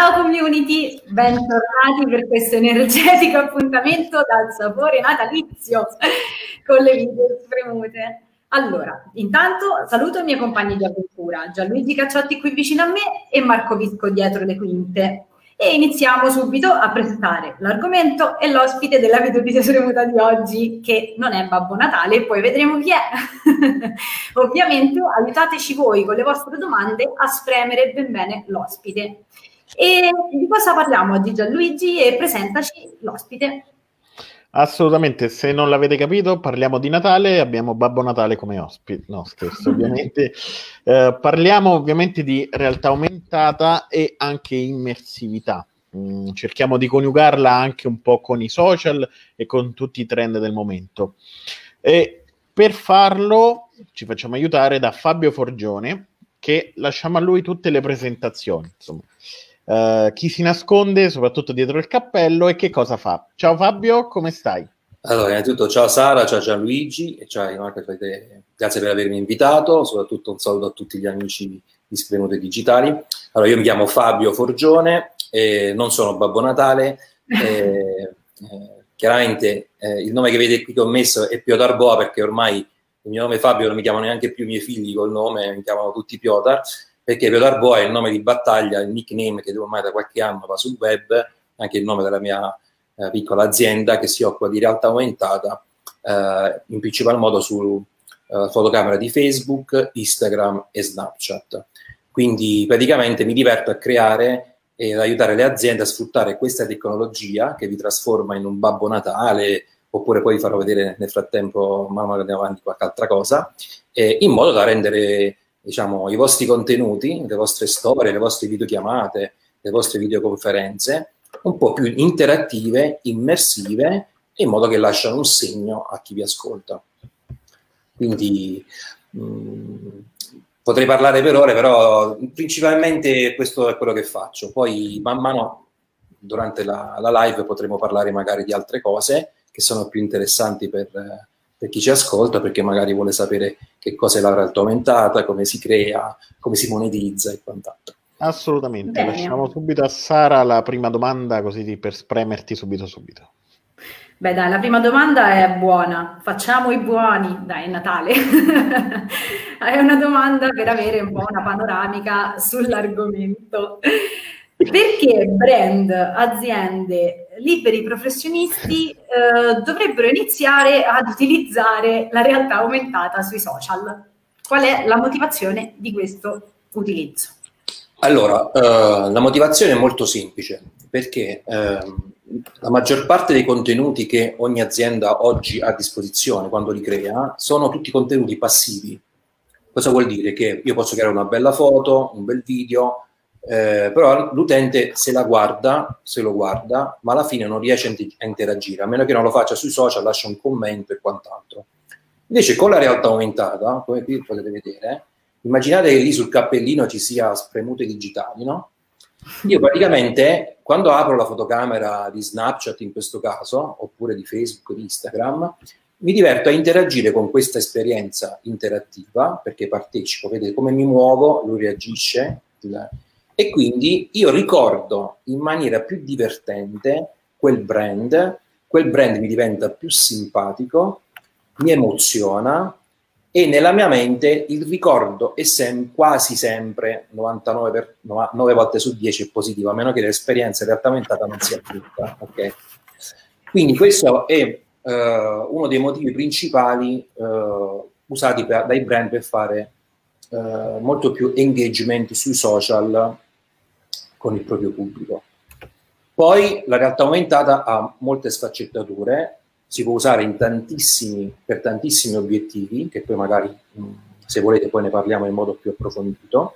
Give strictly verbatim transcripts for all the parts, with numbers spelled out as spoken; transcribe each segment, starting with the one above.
Ciao community, bentornati per questo energetico appuntamento dal sapore natalizio con le video spremute. Allora, intanto saluto i miei compagni di avventura, Gianluigi Cacciotti qui vicino a me e Marco Visco dietro le quinte. E iniziamo subito a presentare l'argomento e l'ospite della video spremuta di oggi, che non è Babbo Natale, poi vedremo chi è. Ovviamente aiutateci voi con le vostre domande a spremere ben bene l'ospite. E di cosa parliamo oggi, Gianluigi? E presentaci l'ospite. Assolutamente, se non l'avete capito, parliamo di Natale e abbiamo Babbo Natale come ospite. No, scherzo, ovviamente. Eh, parliamo ovviamente di realtà aumentata e anche immersività. Mm, cerchiamo di coniugarla anche un po' con i social e con tutti i trend del momento. E per farlo ci facciamo aiutare da Fabio Forgione, che lasciamo a lui tutte le presentazioni, insomma. Uh, chi si nasconde soprattutto dietro il cappello e che cosa fa. Ciao Fabio, come stai? Allora, innanzitutto ciao Sara, ciao Gianluigi e ciao Marco, grazie per avermi invitato, soprattutto un saluto a tutti gli amici di Spremute Digitali. Allora, io mi chiamo Fabio Forgione, eh, non sono Babbo Natale, eh, eh, chiaramente eh, il nome che vedete qui che ho messo è Piotr Boa, perché ormai il mio nome Fabio non mi chiamano neanche più i miei figli col nome, mi chiamano tutti Piotr, perché Piotr Boa è il nome di battaglia, il nickname che ormai da qualche anno va sul web, anche il nome della mia eh, piccola azienda che si occupa di realtà aumentata, eh, in principal modo su eh, fotocamera di Facebook, Instagram e Snapchat. Quindi praticamente mi diverto a creare e ad aiutare le aziende a sfruttare questa tecnologia che vi trasforma in un Babbo Natale, oppure poi vi farò vedere nel frattempo, man mano che andiamo avanti, qualche altra cosa, eh, in modo da rendere, diciamo, i vostri contenuti, le vostre storie, le vostre videochiamate, le vostre videoconferenze un po' più interattive, immersive, in modo che lasciano un segno a chi vi ascolta. Quindi mh, potrei parlare per ore, però principalmente questo è quello che faccio. Poi man mano durante la, la live potremo parlare magari di altre cose che sono più interessanti per... per chi ci ascolta, perché magari vuole sapere che cosa è la realtà aumentata, come si crea, come si monetizza e quant'altro. Assolutamente. Bene. Lasciamo subito a Sara la prima domanda, così per spremerti subito subito. Beh dai, la prima domanda è buona, facciamo i buoni, dai, è Natale. È una domanda per avere un po' una panoramica sull'argomento. Perché brand, aziende, liberi professionisti eh, dovrebbero iniziare ad utilizzare la realtà aumentata sui social? Qual è la motivazione di questo utilizzo? Allora, eh, la motivazione è molto semplice, perché eh, la maggior parte dei contenuti che ogni azienda oggi ha a disposizione quando li crea sono tutti contenuti passivi. Cosa vuol dire? Che io posso creare una bella foto, un bel video, Eh, però l'utente se la guarda, se lo guarda, ma alla fine non riesce a interagire, a meno che non lo faccia sui social, lascia un commento e quant'altro. Invece con la realtà aumentata, come qui potete vedere, immaginate che lì sul cappellino ci sia Spremute Digitali, no? Io praticamente quando apro la fotocamera di Snapchat in questo caso, oppure di Facebook, di Instagram, mi diverto a interagire con questa esperienza interattiva, perché partecipo, vedete come mi muovo, lui reagisce, il, e quindi io ricordo in maniera più divertente quel brand, quel brand mi diventa più simpatico, mi emoziona e nella mia mente il ricordo è sem- quasi sempre, novantanove per, nove volte su dieci è positivo, a meno che l'esperienza in realtà aumentata non sia brutta. Okay? Quindi questo è uh, uno dei motivi principali uh, usati per, dai brand per fare Uh, molto più engagement sui social con il proprio pubblico. Poi la realtà aumentata ha molte sfaccettature, si può usare in tantissimi, per tantissimi obiettivi, che poi magari, mh, se volete, poi ne parliamo in modo più approfondito,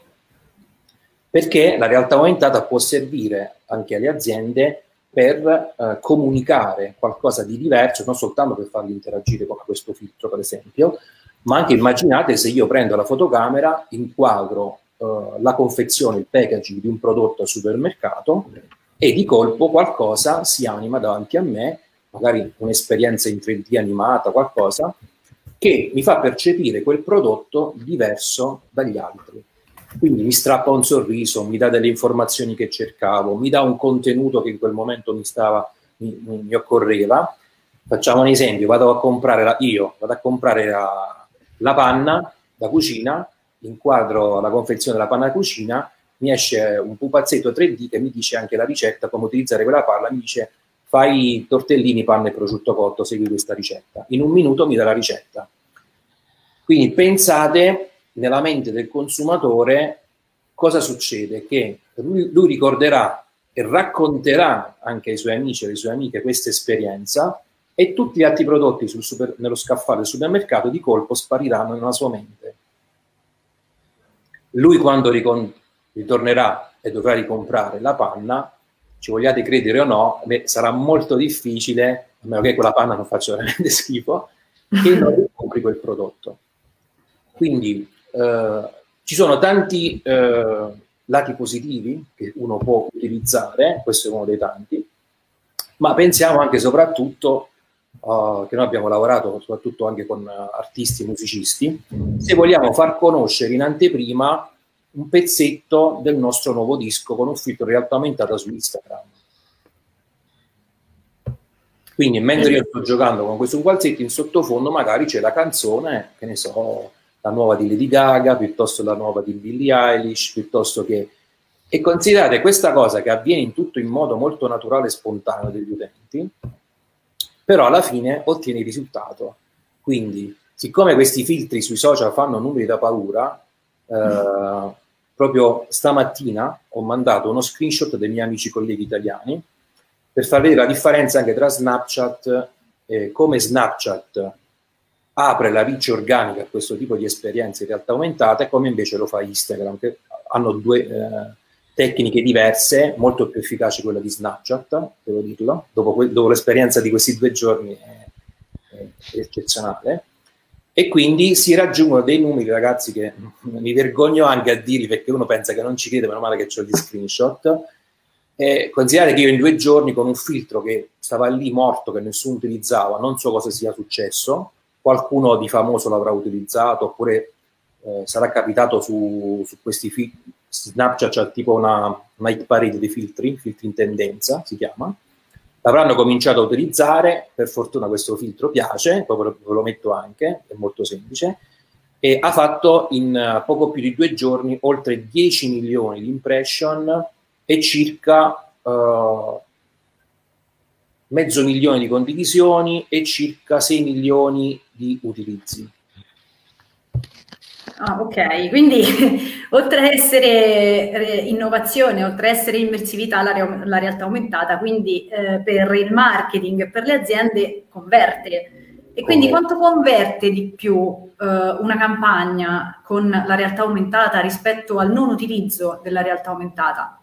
perché la realtà aumentata può servire anche alle aziende per uh, comunicare qualcosa di diverso, non soltanto per farli interagire con questo filtro, per esempio, ma anche immaginate se io prendo la fotocamera, inquadro uh, la confezione, il packaging di un prodotto al supermercato e di colpo qualcosa si anima davanti a me, magari un'esperienza in tre D animata, qualcosa, che mi fa percepire quel prodotto diverso dagli altri. Quindi mi strappa un sorriso, mi dà delle informazioni che cercavo, mi dà un contenuto che in quel momento mi, stava, mi, mi occorreva. Facciamo un esempio, vado a comprare la, io vado a comprare la, la panna da cucina, inquadro la confezione della panna da cucina, mi esce un pupazzetto tre D che mi dice anche la ricetta, come utilizzare quella panna, mi dice fai tortellini, panna e prosciutto cotto, segui questa ricetta. In un minuto mi dà la ricetta. Quindi pensate, nella mente del consumatore cosa succede? Che lui, lui ricorderà e racconterà anche ai suoi amici e alle sue amiche questa esperienza, e tutti gli altri prodotti sul super, nello scaffale del supermercato di colpo spariranno nella sua mente. Lui quando ricon, ritornerà e dovrà ricomprare la panna, ci vogliate credere o no, beh, sarà molto difficile, a meno che quella panna non faccia veramente schifo, che non ricompri quel prodotto. Quindi eh, ci sono tanti eh, lati positivi che uno può utilizzare, questo è uno dei tanti, ma pensiamo anche soprattutto uh, che noi abbiamo lavorato soprattutto anche con uh, artisti e musicisti, se vogliamo far conoscere in anteprima un pezzetto del nostro nuovo disco con un filtro realtà aumentata su Instagram. Quindi mentre io sto giocando con questo qualsetto, in sottofondo magari c'è la canzone, che ne so, la nuova di Lady Gaga, piuttosto la nuova di Billie Eilish, piuttosto che... E considerate questa cosa che avviene in tutto in modo molto naturale e spontaneo degli utenti, però alla fine ottiene il risultato. Quindi, siccome questi filtri sui social fanno numeri da paura, eh, proprio stamattina ho mandato uno screenshot dei miei amici colleghi italiani per far vedere la differenza anche tra Snapchat, eh, come Snapchat apre la reach organica a questo tipo di esperienze in realtà aumentata e come invece lo fa Instagram, che hanno due eh, tecniche diverse, molto più efficaci quella di Snapchat, devo dirlo, dopo, dopo l'esperienza di questi due giorni è, è, è eccezionale, e quindi si raggiungono dei numeri, ragazzi, che mi vergogno anche a dirli perché uno pensa che non ci crede, meno male che ho gli screenshot. E considerate che io in due giorni con un filtro che stava lì morto, che nessuno utilizzava, non so cosa sia successo, qualcuno di famoso l'avrà utilizzato, oppure eh, sarà capitato su, su questi filtri. Snapchat c'ha tipo una, una hit parade di filtri, filtri in tendenza si chiama, l'avranno cominciato a utilizzare, per fortuna questo filtro piace, poi ve lo, ve lo metto anche, è molto semplice, e ha fatto in poco più di due giorni oltre dieci milioni di impression e circa uh, mezzo milione di condivisioni e circa sei milioni di utilizzi. Ah, ok, quindi oltre a essere innovazione, oltre a essere immersività, la, la realtà aumentata, quindi eh, per il marketing e per le aziende converte. E quindi quanto converte di più eh, una campagna con la realtà aumentata rispetto al non utilizzo della realtà aumentata?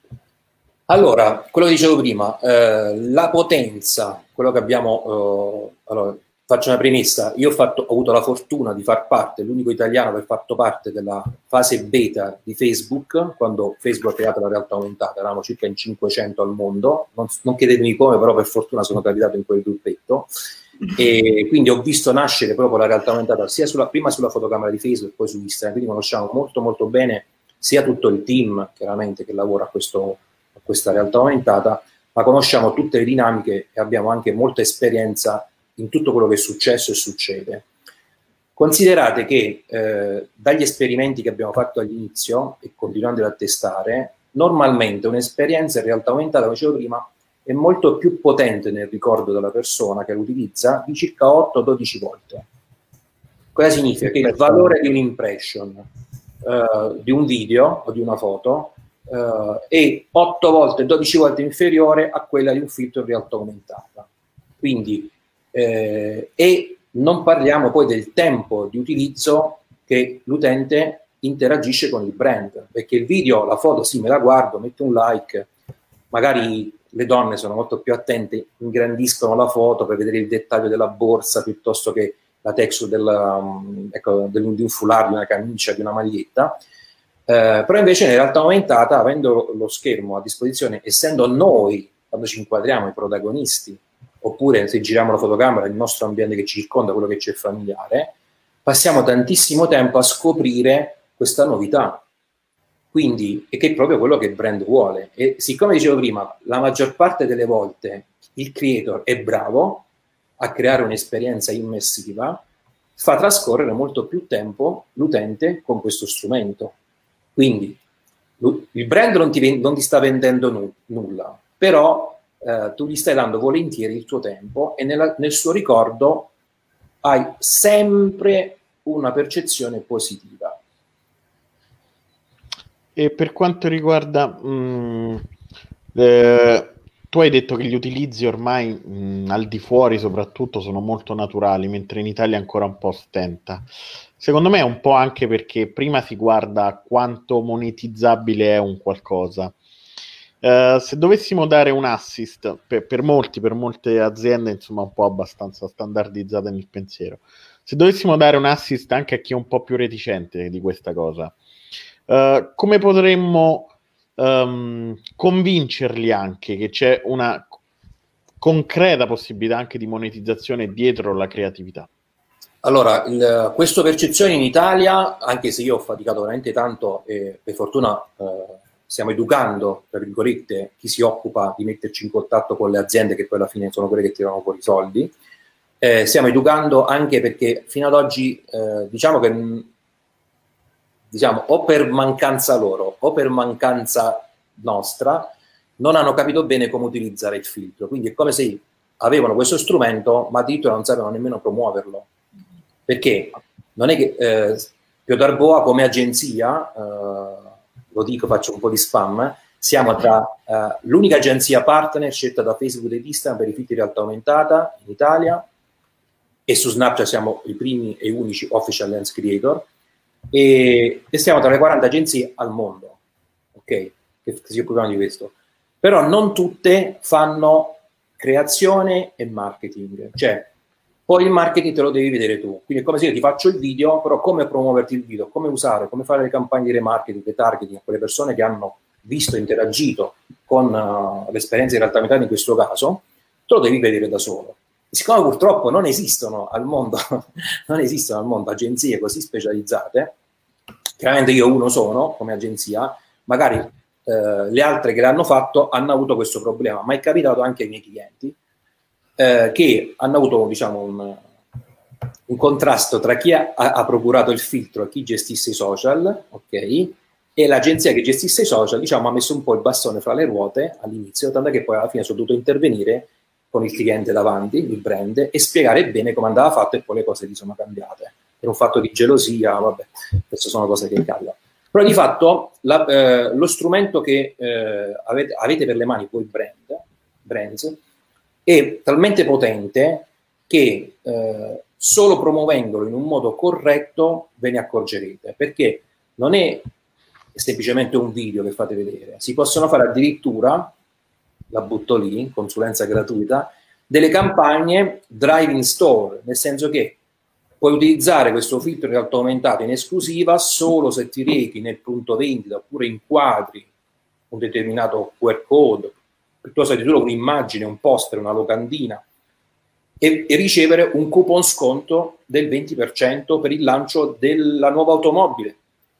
Allora, quello che dicevo prima, eh, la potenza, quello che abbiamo... Eh, allora, faccio una premessa, io ho, fatto, ho avuto la fortuna di far parte, l'unico italiano che ha fatto parte della fase beta di Facebook, quando Facebook ha creato la realtà aumentata, eravamo circa in cinquecento al mondo, non, non chiedetemi come, però per fortuna sono capitato in quel gruppetto, e quindi ho visto nascere proprio la realtà aumentata sia sulla, prima sulla fotocamera di Facebook e poi su Instagram, quindi conosciamo molto molto bene sia tutto il team, chiaramente, che lavora a, questo, a questa realtà aumentata, ma conosciamo tutte le dinamiche e abbiamo anche molta esperienza in tutto quello che è successo e succede. Considerate che eh, dagli esperimenti che abbiamo fatto all'inizio e continuando a testare, normalmente un'esperienza in realtà aumentata, come dicevo prima, è molto più potente nel ricordo della persona che l'utilizza di circa otto dodici volte. Cosa significa? Che il valore di un'impression, eh, di un video o di una foto, eh, è otto volte, dodici volte inferiore a quella di un filtro in realtà aumentata. Quindi Eh, e non parliamo poi del tempo di utilizzo che l'utente interagisce con il brand, perché il video, la foto, sì, me la guardo, metto un like, magari le donne sono molto più attente, ingrandiscono la foto per vedere il dettaglio della borsa piuttosto che la texture del, um, ecco, del, di un foulard, di una camicia, di una maglietta, eh, però invece in realtà aumentata, avendo lo schermo a disposizione, essendo noi, quando ci inquadriamo, i protagonisti, oppure se giriamo la fotocamera, il nostro ambiente che ci circonda, quello che ci è familiare, passiamo tantissimo tempo a scoprire questa novità. Quindi, e che è proprio quello che il brand vuole. E siccome dicevo prima, la maggior parte delle volte il creator è bravo a creare un'esperienza immersiva, fa trascorrere molto più tempo l'utente con questo strumento. Quindi il brand non ti, non ti sta vendendo nu nulla, però eh, tu gli stai dando volentieri il tuo tempo e nella, nel suo ricordo hai sempre una percezione positiva. E per quanto riguarda, mh, eh, tu hai detto che gli utilizzi ormai mh, al di fuori soprattutto sono molto naturali, mentre in Italia ancora un po' stenta. Secondo me è un po' anche perché prima si guarda quanto monetizzabile è un qualcosa. Uh, se dovessimo dare un assist per, per molti, per molte aziende, insomma, un po' abbastanza standardizzate nel pensiero, se dovessimo dare un assist anche a chi è un po' più reticente di questa cosa, uh, come potremmo um, convincerli anche che c'è una concreta possibilità anche di monetizzazione dietro la creatività? Allora, il, questo percezione in Italia, anche se io ho faticato veramente tanto e per fortuna eh, stiamo educando, tra virgolette, chi si occupa di metterci in contatto con le aziende, che poi alla fine sono quelle che tirano fuori i soldi, eh, stiamo educando anche perché fino ad oggi eh, diciamo che diciamo o per mancanza loro o per mancanza nostra non hanno capito bene come utilizzare il filtro, quindi è come se avevano questo strumento ma addirittura non sapevano nemmeno promuoverlo, perché non è che eh, Piotr Boa come agenzia, eh, lo dico, faccio un po' di spam, eh, siamo tra eh, l'unica agenzia partner scelta da Facebook ed Instagram per i filtri di realtà aumentata in Italia, e su Snapchat siamo i primi e unici official lens creator, e, e siamo tra le quaranta agenzie al mondo, ok, che, che si occupano di questo. Però non tutte fanno creazione e marketing, cioè poi il marketing te lo devi vedere tu, quindi è come se io ti faccio il video, però come promuoverti il video, come usare, come fare le campagne di remarketing, di targeting a quelle persone che hanno visto e interagito con uh, l'esperienza di realtà aumentata in questo caso, te lo devi vedere da solo. E siccome purtroppo non esistono al mondo, non esistono al mondo agenzie così specializzate, chiaramente io uno sono come agenzia, magari eh, le altre che l'hanno fatto hanno avuto questo problema, ma è capitato anche ai miei clienti eh, che hanno avuto, diciamo, un, un contrasto tra chi ha, ha procurato il filtro e chi gestisse i social, ok? E l'agenzia che gestisse i social, diciamo, ha messo un po' il bastone fra le ruote all'inizio, tanto che poi alla fine sono dovuto intervenire con il cliente davanti, il brand, e spiegare bene come andava fatto, e poi le cose gli sono cambiate. Per un fatto di gelosia, vabbè, queste sono cose che cambiano. Però di fatto la, eh, lo strumento che eh, avete, avete per le mani voi brand, brands, è talmente potente che eh, solo promuovendolo in un modo corretto ve ne accorgerete, perché non è semplicemente un video che fate vedere, si possono fare addirittura, la butto lì, consulenza gratuita, delle campagne drive in store, nel senso che puoi utilizzare questo filtro in realtà aumentato in esclusiva solo se ti rechi nel punto vendita oppure inquadri un determinato Q R code, piuttosto addirittura un'immagine, un poster, una locandina, e, e ricevere un coupon sconto del venti per cento per il lancio della nuova automobile,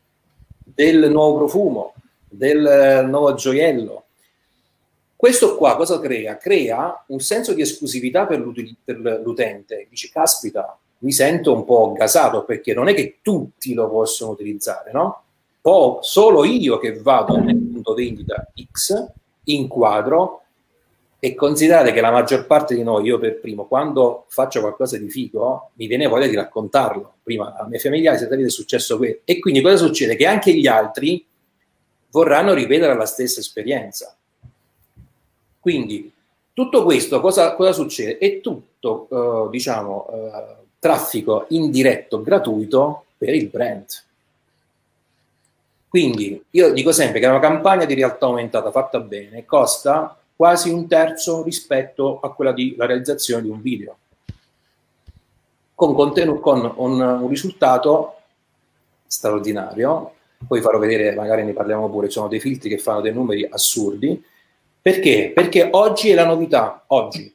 del nuovo profumo, del nuovo gioiello. Questo qua cosa crea? Crea un senso di esclusività per l'utente. Dice, caspita, mi sento un po' gasato, perché non è che tutti lo possono utilizzare, no? Poi solo io che vado nel punto vendita X, inquadro, e considerate che la maggior parte di noi, io per primo, quando faccio qualcosa di figo, mi viene voglia di raccontarlo. Prima a miei familiari se è successo questo. E quindi cosa succede? Che anche gli altri vorranno ripetere la stessa esperienza. Quindi tutto questo cosa, cosa succede? È tutto, uh, diciamo, uh, traffico indiretto, gratuito per il brand. Quindi io dico sempre che una campagna di realtà aumentata fatta bene costa quasi un terzo rispetto a quella di la realizzazione di un video, con, contenuto, con un, un risultato straordinario. Poi farò vedere, magari ne parliamo pure, ci sono dei filtri che fanno dei numeri assurdi. Perché? Perché oggi è la novità, oggi,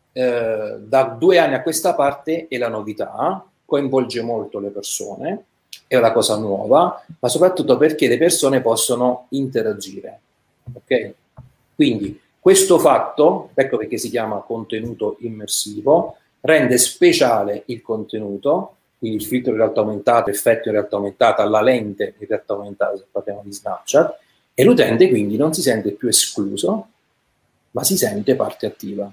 eh, da due anni a questa parte è la novità, coinvolge molto le persone, è una cosa nuova, ma soprattutto perché le persone possono interagire. Ok? Quindi questo fatto, ecco perché si chiama contenuto immersivo, rende speciale il contenuto, quindi il filtro in realtà aumentata, effetto in realtà aumentata, la lente in realtà aumentata, se parliamo di Snapchat, e l'utente quindi non si sente più escluso, ma si sente parte attiva.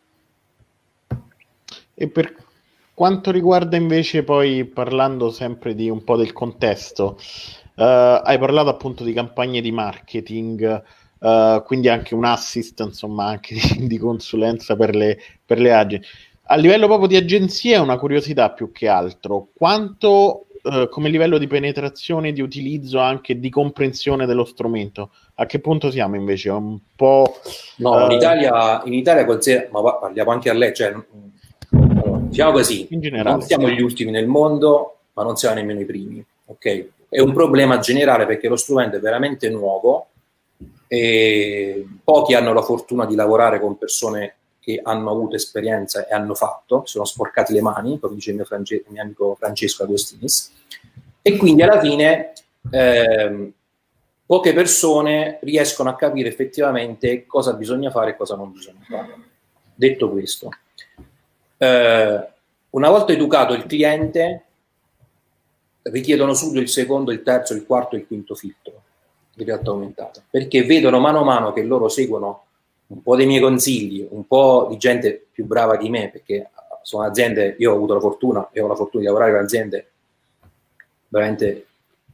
E per quanto riguarda invece poi, parlando sempre di un po' del contesto, eh, hai parlato appunto di campagne di marketing, eh, quindi anche un assist, insomma, anche di, di consulenza per le, per le agenzie. A livello proprio di agenzie è una curiosità più che altro. Quanto, eh, come livello di penetrazione, di utilizzo, anche di comprensione dello strumento, a che punto siamo invece? Un po'... No, in eh, Italia, in Italia ma parliamo anche a lei, cioè, allora, diciamo così, in generale, non siamo gli ultimi nel mondo, ma non siamo nemmeno i primi, ok? È un problema generale perché lo strumento è veramente nuovo e pochi hanno la fortuna di lavorare con persone che hanno avuto esperienza e hanno fatto, si sono sporcati le mani, come dice il mio, Frange- il mio amico Francesco Agostinis, e quindi alla fine ehm, poche persone riescono a capire effettivamente cosa bisogna fare e cosa non bisogna fare. Detto questo, eh, una volta educato il cliente, richiedono subito il secondo, il terzo, il quarto e il quinto filtro di realtà aumentata, perché vedono mano a mano che loro seguono un po' dei miei consigli, un po' di gente più brava di me, perché sono aziende, io ho avuto la fortuna e ho la fortuna di lavorare con aziende veramente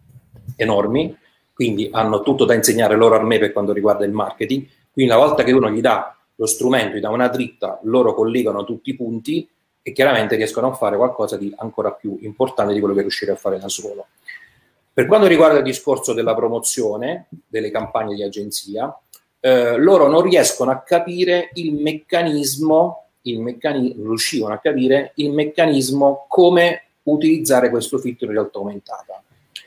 enormi, quindi hanno tutto da insegnare loro a me per quanto riguarda il marketing. Quindi una volta che uno gli dà lo strumento, gli dà una dritta, loro collegano tutti i punti e chiaramente riescono a fare qualcosa di ancora più importante di quello che riuscire a fare da solo. Per quanto riguarda il discorso della promozione, delle campagne di agenzia, eh, loro non riescono a capire il meccanismo, il meccanismo, riuscivano a capire il meccanismo come utilizzare questo filtro in realtà aumentata.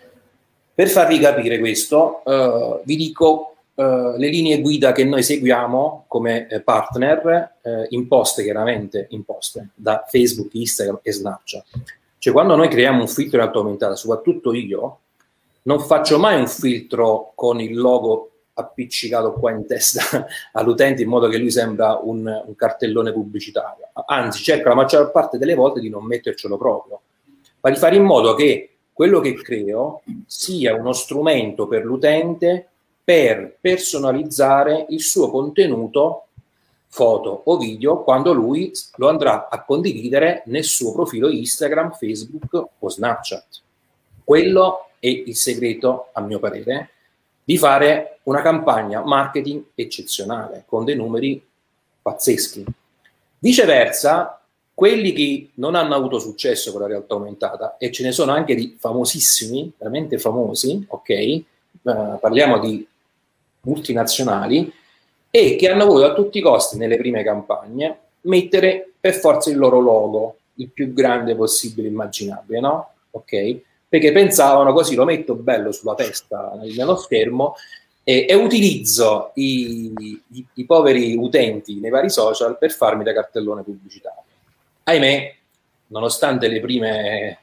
Per farvi capire questo, eh, vi dico Uh, le linee guida che noi seguiamo come eh, partner, eh, imposte chiaramente, imposte da Facebook, Instagram e Snapchat. Cioè quando noi creiamo un filtro in realtà aumentata, soprattutto io, non faccio mai un filtro con il logo appiccicato qua in testa all'utente in modo che lui sembra un, un cartellone pubblicitario. Anzi, cerco la maggior parte delle volte di non mettercelo proprio, ma di fare in modo che quello che creo sia uno strumento per l'utente per personalizzare il suo contenuto foto o video quando lui lo andrà a condividere nel suo profilo Instagram, Facebook o Snapchat. Quello è il segreto, a mio parere, di fare una campagna marketing eccezionale con dei numeri pazzeschi. Viceversa, quelli che non hanno avuto successo con la realtà aumentata, e ce ne sono anche di famosissimi, veramente famosi, ok? Uh, parliamo di multinazionali, e che hanno voluto a tutti i costi nelle prime campagne mettere per forza il loro logo il più grande possibile immaginabile, no? Ok? Perché pensavano così lo metto bello sulla testa nello schermo e, e utilizzo i, i, i poveri utenti nei vari social per farmi da cartellone pubblicitario. Ahimè, nonostante le prime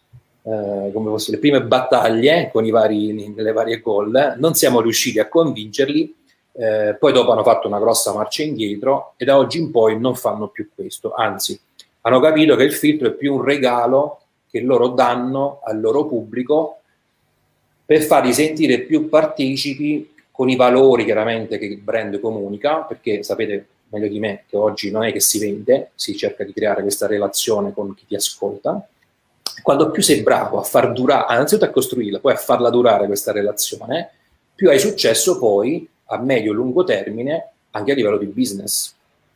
Uh, come posso dire, le prime battaglie con i vari, nelle varie call, non siamo riusciti a convincerli, eh, poi dopo hanno fatto una grossa marcia indietro e da oggi in poi non fanno più questo, anzi hanno capito che il filtro è più un regalo che loro danno al loro pubblico per farli sentire più partecipi con i valori chiaramente che il brand comunica, perché sapete meglio di me che oggi non è che si vende, si cerca di creare questa relazione con chi ti ascolta. Quando più sei bravo a far durare, innanzitutto a costruirla, poi a farla durare questa relazione, più hai successo poi a medio e lungo termine anche a livello di business.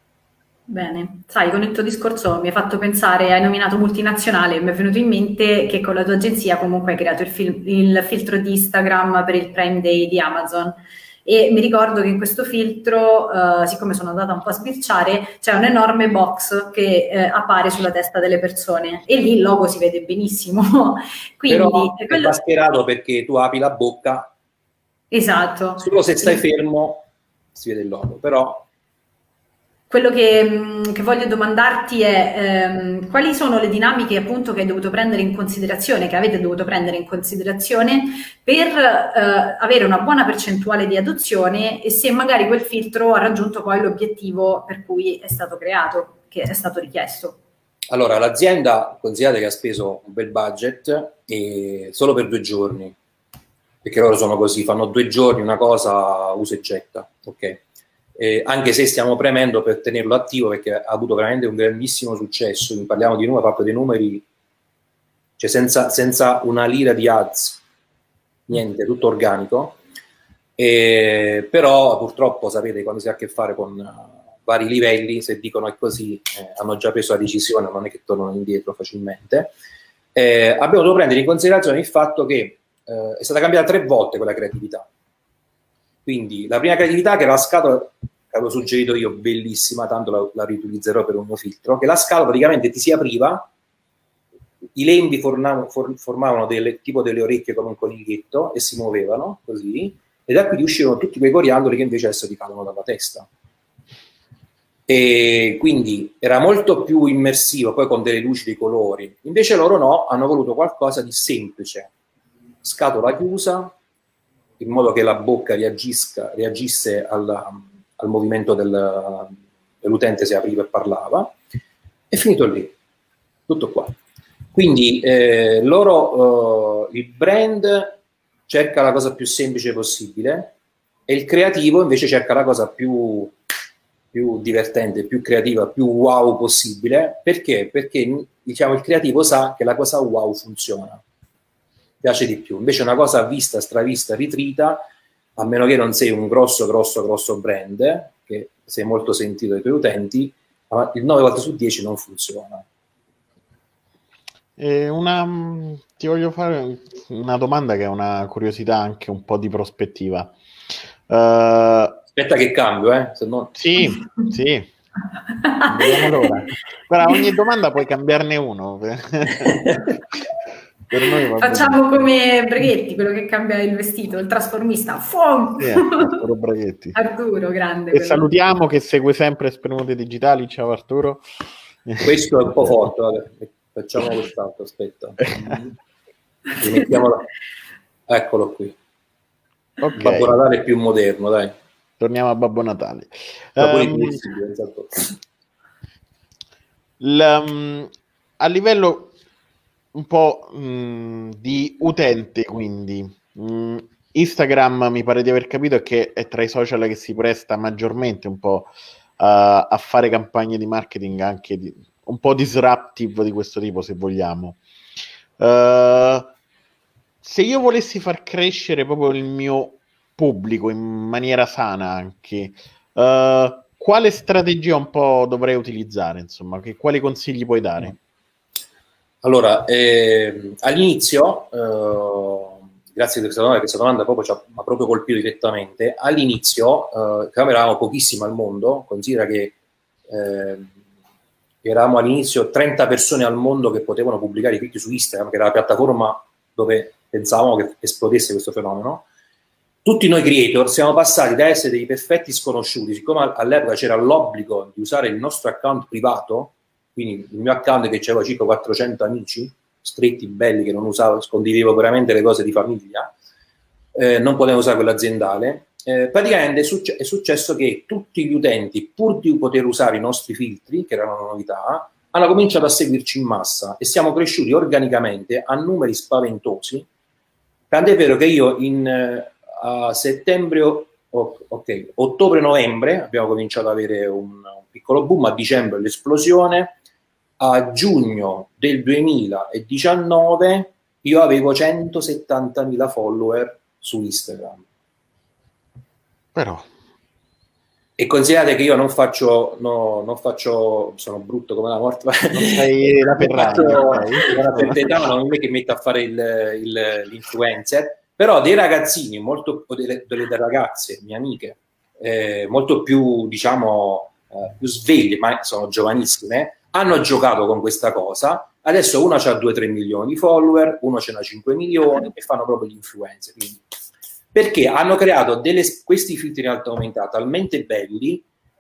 Bene, sai, con il tuo discorso mi hai fatto pensare, hai nominato multinazionale, e mi è venuto in mente che con la tua agenzia comunque hai creato il, fil- il filtro di Instagram per il Prime Day di Amazon. E mi ricordo che in questo filtro, uh, siccome sono andata un po' a sbirciare, c'è un enorme box che eh, appare sulla testa delle persone e lì il logo si vede benissimo. Quindi, però è quello... mascherato perché tu apri la bocca, esatto, solo se stai fermo si vede il logo, però quello che, che voglio domandarti è ehm, quali sono le dinamiche appunto che hai dovuto prendere in considerazione, che avete dovuto prendere in considerazione per eh, avere una buona percentuale di adozione e se magari quel filtro ha raggiunto poi l'obiettivo per cui è stato creato, che è stato richiesto. Allora, l'azienda, considerate che ha speso un bel budget e solo per due giorni, perché loro sono così, fanno due giorni una cosa, usa e getta, ok? Eh, anche se stiamo premendo per tenerlo attivo perché ha avuto veramente un grandissimo successo, parliamo di numeri, proprio dei numeri, cioè senza, senza una lira di ads, niente, tutto organico, eh, però purtroppo sapete quando si ha a che fare con uh, vari livelli, se dicono è così, eh, hanno già preso la decisione, non è che tornano indietro facilmente. Eh, abbiamo dovuto prendere in considerazione il fatto che eh, è stata cambiata tre volte quella creatività. Quindi la prima creatività, che era la scatola, che avevo suggerito io, bellissima, tanto la, la riutilizzerò per un mio filtro, che la scatola praticamente ti si apriva, i lembi formavano, formavano delle, tipo delle orecchie come un coniglietto e si muovevano così, e da qui ti uscivano tutti quei coriandoli che invece adesso ti cadono dalla testa. E quindi era molto più immersivo, poi con delle luci, dei colori. Invece loro no, hanno voluto qualcosa di semplice, scatola chiusa, in modo che la bocca reagisca, reagisse alla, al movimento del, dell'utente se apriva e parlava, è finito lì, tutto qua. Quindi eh, loro, eh, il brand cerca la cosa più semplice possibile e il creativo invece cerca la cosa più, più divertente, più creativa, più wow possibile. Perché? Perché diciamo, il creativo sa che la cosa wow funziona, piace di più. Invece una cosa vista, stravista, ritrita, a meno che non sei un grosso, grosso, grosso brand, che sei molto sentito dai tuoi utenti, il nove volte su dieci non funziona. E una, ti voglio fare una domanda che è una curiosità anche un po' di prospettiva. Uh, Aspetta che cambio, eh? Se no... Sì, sì. Vediamo l'ora. Guarda, ogni domanda puoi cambiarne uno. Per noi facciamo come Breghetti, quello che cambia il vestito, il trasformista. Sì, Arturo Breghetti. Arturo, grande. E salutiamo, che segue sempre Spremute Digitali. Ciao Arturo. Questo è un po' forte, vabbè. Facciamo quest'altro, aspetta. Mettiamolo... Eccolo qui. Okay. Babbo Natale è più moderno, dai. Torniamo a Babbo Natale. Um, l, a livello un po' mh, di utente, quindi mh, Instagram, mi pare di aver capito, che è tra i social che si presta maggiormente un po' uh, a fare campagne di marketing anche di, un po' disruptive di questo tipo, se vogliamo. Uh, se io volessi far crescere proprio il mio pubblico in maniera sana anche, uh, quale strategia un po' dovrei utilizzare, insomma, che, quali consigli puoi dare? Allora, eh, all'inizio, eh, grazie a questa domanda, questa domanda proprio ci ha, mi ha proprio colpito direttamente. All'inizio, eh, eravamo pochissimi al mondo, considera che eh, eravamo all'inizio trenta persone al mondo che potevano pubblicare i video su Instagram, che era la piattaforma dove pensavamo che esplodesse questo fenomeno. Tutti noi creator siamo passati da essere dei perfetti sconosciuti, siccome all'epoca c'era l'obbligo di usare il nostro account privato, quindi il mio account che c'era circa quattrocento amici, stretti, belli, che non usavo, condividevo veramente le cose di famiglia, eh, non potevo usare quello aziendale. Eh, praticamente è, succe- è successo che tutti gli utenti, pur di poter usare i nostri filtri, che erano una novità, hanno cominciato a seguirci in massa e siamo cresciuti organicamente a numeri spaventosi, tant'è vero che io in eh, a settembre, oh, ok, ottobre-novembre abbiamo cominciato ad avere un, un piccolo boom, a dicembre l'esplosione, a giugno del duemiladiciannove io avevo centosettantamila follower su Instagram. Però... E considerate che io non faccio, no, non faccio, sono brutto come la morte, non sei la Ferrari, non è che metto a fare il, il, l'influencer, però dei ragazzini, molto, delle, delle ragazze, mie amiche, eh, molto più, diciamo, eh, più sveglie, ma sono giovanissime, hanno giocato con questa cosa. Adesso uno ha due tre milioni di follower, uno ce n'ha cinque milioni e fanno proprio gli influencer. Quindi, perché hanno creato delle, questi filtri in alta aumentata talmente belli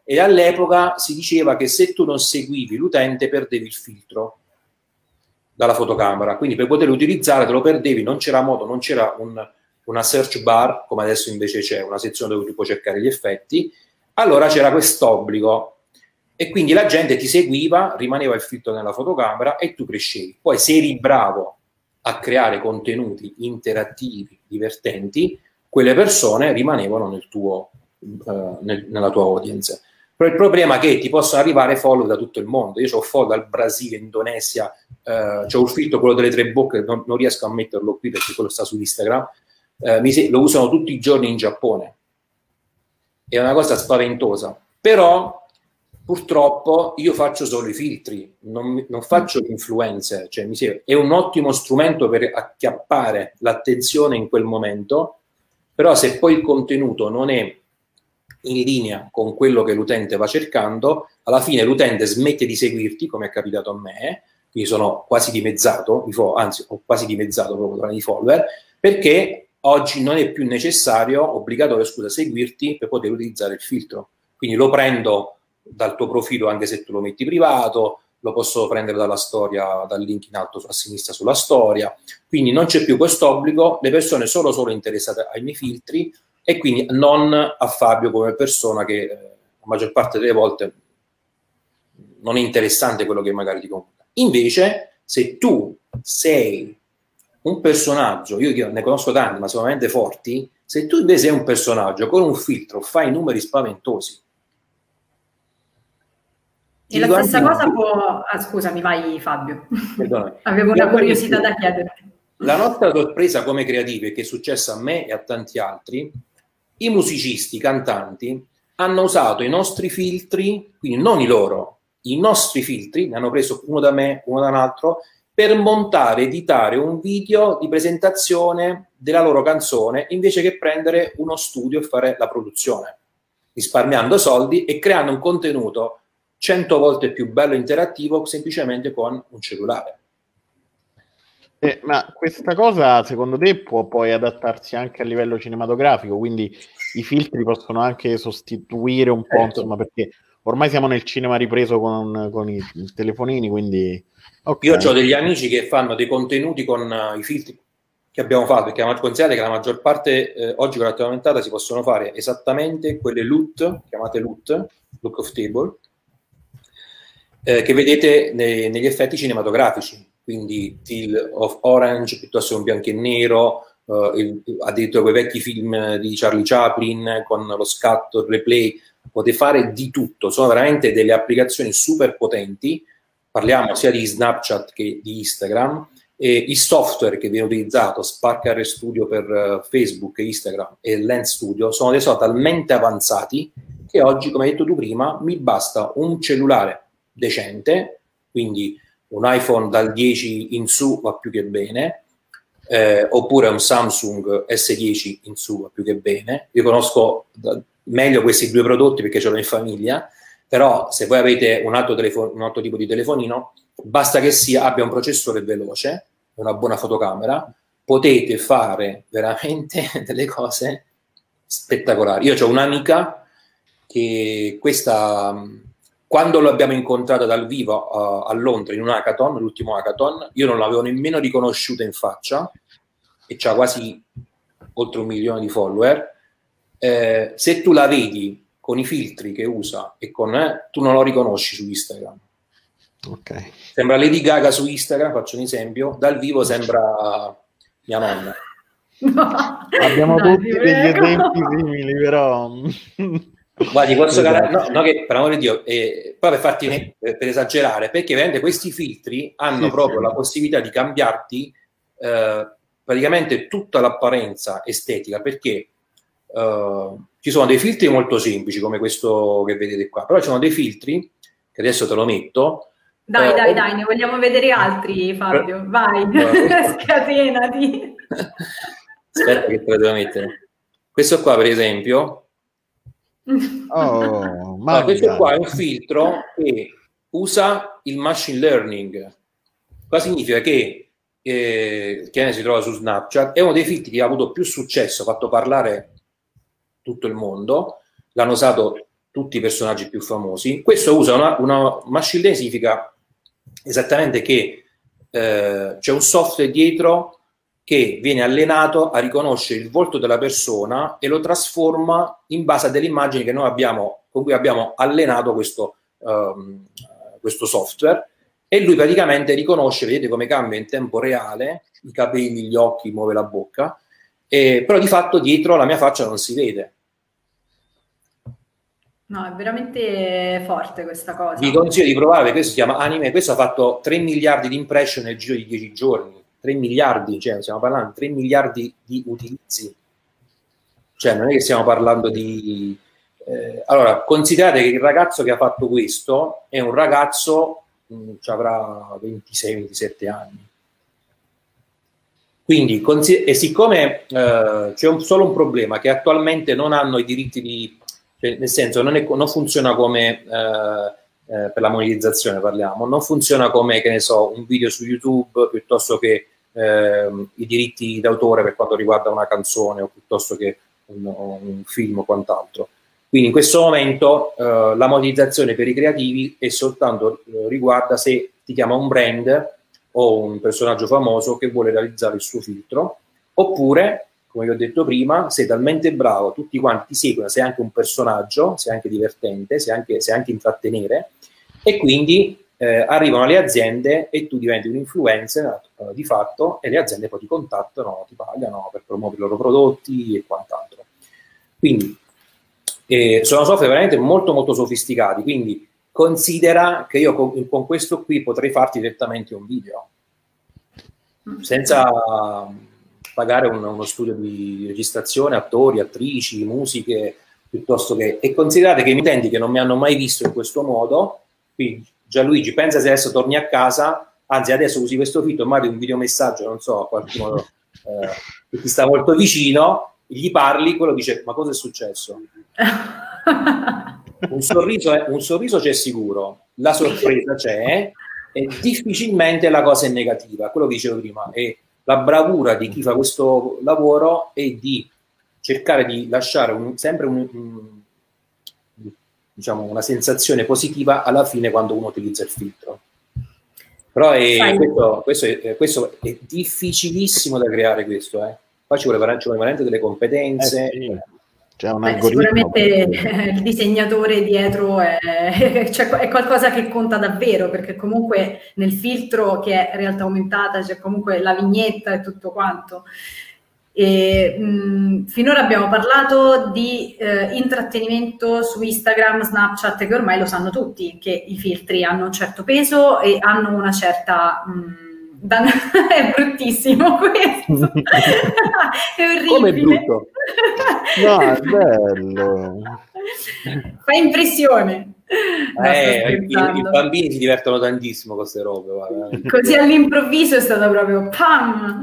e all'epoca si diceva che se tu non seguivi l'utente perdevi il filtro dalla fotocamera, quindi per poterlo utilizzare te lo perdevi, non c'era modo, non c'era un, una search bar, come adesso invece c'è, una sezione dove tu puoi cercare gli effetti, allora c'era quest'obbligo e quindi la gente ti seguiva, rimaneva il filtro nella fotocamera e tu crescevi. Poi se eri bravo a creare contenuti interattivi, divertenti, quelle persone rimanevano nel tuo, uh, nel, nella tua audience. Però il problema è che ti possono arrivare follow da tutto il mondo. Io ho follow dal Brasile, Indonesia, uh, c'ho il filtro, quello delle tre bocche, non, non riesco a metterlo qui perché quello sta su Instagram, uh, mi se- lo usano tutti i giorni in Giappone. È una cosa spaventosa. Però, purtroppo, io faccio solo i filtri, non, non faccio l'influencer. Cioè, mi se- è un ottimo strumento per acchiappare l'attenzione in quel momento, però se poi il contenuto non è in linea con quello che l'utente va cercando, alla fine l'utente smette di seguirti, come è capitato a me, quindi sono quasi dimezzato, anzi ho quasi dimezzato proprio tra i follower, perché oggi non è più necessario, obbligatorio, scusa, seguirti per poter utilizzare il filtro. Quindi lo prendo dal tuo profilo anche se tu lo metti privato, lo posso prendere dalla storia, dal link in alto a sinistra sulla storia, quindi non c'è più questo obbligo, le persone sono solo interessate ai miei filtri e quindi non a Fabio come persona che eh, la maggior parte delle volte non è interessante quello che magari ti comunica. Invece, se tu sei un personaggio, io, io ne conosco tanti, ma sono veramente forti, se tu invece sei un personaggio con un filtro, fai numeri spaventosi. E la stessa cosa può... Ah, scusami, vai Fabio. Perdone. Avevo una curiosità da chiederti. La nostra sorpresa come creativi, che è successa a me e a tanti altri, i musicisti, i cantanti, hanno usato i nostri filtri, quindi non i loro, i nostri filtri, ne hanno preso uno da me, uno da un altro, per montare, editare un video di presentazione della loro canzone, invece che prendere uno studio e fare la produzione, risparmiando soldi e creando un contenuto cento volte più bello e interattivo semplicemente con un cellulare. Eh, ma questa cosa secondo te può poi adattarsi anche a livello cinematografico, quindi i filtri possono anche sostituire un po', certo. Insomma, perché ormai siamo nel cinema ripreso con, con i telefonini, quindi okay. Io ho degli amici che fanno dei contenuti con uh, i filtri che abbiamo fatto, perché considerate che la maggior parte eh, oggi con la realtà aumentata si possono fare esattamente quelle L U T, chiamate L U T, look of table, eh, che vedete nei, negli effetti cinematografici. Quindi Teal of Orange piuttosto che un bianco e nero, uh, il, addirittura quei vecchi film di Charlie Chaplin con lo scatto, il replay, potete fare di tutto, sono veramente delle applicazioni super potenti, parliamo sia di Snapchat che di Instagram, e il software che viene utilizzato, Spark R Studio per uh, Facebook, Instagram e Lens Studio, sono dei software talmente avanzati che oggi, come hai detto tu prima, mi basta un cellulare decente, quindi un iPhone dal dieci in su va più che bene, eh, oppure un Samsung S dieci in su va più che bene. Io conosco da, meglio questi due prodotti perché ce l'ho in famiglia, però se voi avete un altro, telefo- un altro tipo di telefonino, basta che sia, abbia un processore veloce, una buona fotocamera, potete fare veramente delle cose spettacolari. Io ho un'amica che questa... Quando l'abbiamo incontrata dal vivo uh, a Londra in un hackathon, l'ultimo hackathon, io non l'avevo nemmeno riconosciuta in faccia e c'ha quasi oltre un milione di follower. Eh, se tu la vedi con i filtri che usa e con eh, tu non lo riconosci su Instagram. Okay. Sembra Lady Gaga su Instagram, faccio un esempio, dal vivo sembra mia nonna. No, abbiamo no, tutti degli esempi simili, però... Guardi, posso esatto. no, no, che per amore di Dio, eh, poi per farti ne, per, per esagerare, perché veramente questi filtri hanno sì, proprio sì. la possibilità di cambiarti eh, praticamente tutta l'apparenza estetica, perché eh, ci sono dei filtri molto semplici come questo che vedete qua, però ci sono dei filtri che adesso te lo metto. Dai, eh, dai, dai, ne vogliamo vedere altri, Fabio. Vai, eh, scatenati. Aspetta che te lo devo mettere. Questo qua, per esempio. Oh, allora, questo qua è un filtro che usa il machine learning. Cosa significa? Che, eh, che si trova su Snapchat, è uno dei filtri che ha avuto più successo, ha fatto parlare tutto il mondo, l'hanno usato tutti i personaggi più famosi. Questo usa una, una machine learning, significa esattamente che eh, c'è un software dietro che viene allenato a riconoscere il volto della persona e lo trasforma in base a delle immagini che noi abbiamo, con cui abbiamo allenato questo, um, questo software, e lui praticamente riconosce, vedete come cambia in tempo reale, i capelli, gli occhi, muove la bocca, e, però di fatto dietro la mia faccia non si vede. No, è veramente forte questa cosa. Vi consiglio di provare, questo si chiama Anime, questo ha fatto tre miliardi di impression nel giro di dieci giorni. tre miliardi, cioè stiamo parlando di tre miliardi di utilizzi, cioè non è che stiamo parlando di eh, allora considerate che il ragazzo che ha fatto questo è un ragazzo mh, avrà ventisei ventisette anni, quindi e siccome eh, c'è un, solo un problema, che attualmente non hanno i diritti di, cioè, nel senso non, è, non funziona come eh, Eh, per la monetizzazione parliamo, non funziona come, che ne so, un video su YouTube piuttosto che eh, i diritti d'autore per quanto riguarda una canzone o piuttosto che un, un film o quant'altro. Quindi in questo momento eh, la monetizzazione per i creativi è soltanto eh, riguarda se ti chiama un brand o un personaggio famoso che vuole realizzare il suo filtro, oppure, come vi ho detto prima, sei talmente bravo, tutti quanti ti seguono, sei anche un personaggio, sei anche divertente, sei anche, sei anche intrattenere, e quindi eh, arrivano le aziende e tu diventi un influencer eh, di fatto, e le aziende poi ti contattano, ti pagano per promuovere i loro prodotti e quant'altro. Quindi eh, sono software veramente molto molto sofisticati, quindi considera che io con, con questo qui potrei farti direttamente un video senza pagare un, uno studio di registrazione, attori, attrici, musiche, piuttosto che, e considerate che i miei utenti che non mi hanno mai visto in questo modo, quindi Gianluigi, pensa se adesso torni a casa, anzi adesso usi questo filtro, mandi un videomessaggio, non so, a qualcuno eh, che ti sta molto vicino, gli parli, quello dice, ma cosa è successo? Un sorriso, è, un sorriso c'è sicuro, la sorpresa c'è, e difficilmente la cosa è negativa, quello che dicevo prima, e la bravura di chi fa questo lavoro è di cercare di lasciare un, sempre un, un, diciamo, una sensazione positiva alla fine quando uno utilizza il filtro. Però è, questo, questo, è, questo è difficilissimo da creare, questo, eh. Poi ci vuole veramente delle competenze. Eh sì. C'è un Beh, sicuramente il disegnatore dietro è, cioè, è qualcosa che conta davvero, perché comunque nel filtro che è realtà aumentata c'è comunque la vignetta e tutto quanto. E, mh, finora abbiamo parlato di eh, intrattenimento su Instagram, Snapchat, che ormai lo sanno tutti, che i filtri hanno un certo peso e hanno una certa... Mh, è bruttissimo questo. È orribile. Come è brutto? No, è bello. Fa impressione. Eh, i, i bambini si divertono tantissimo con queste robe. Guarda. Così all'improvviso è stato proprio pam.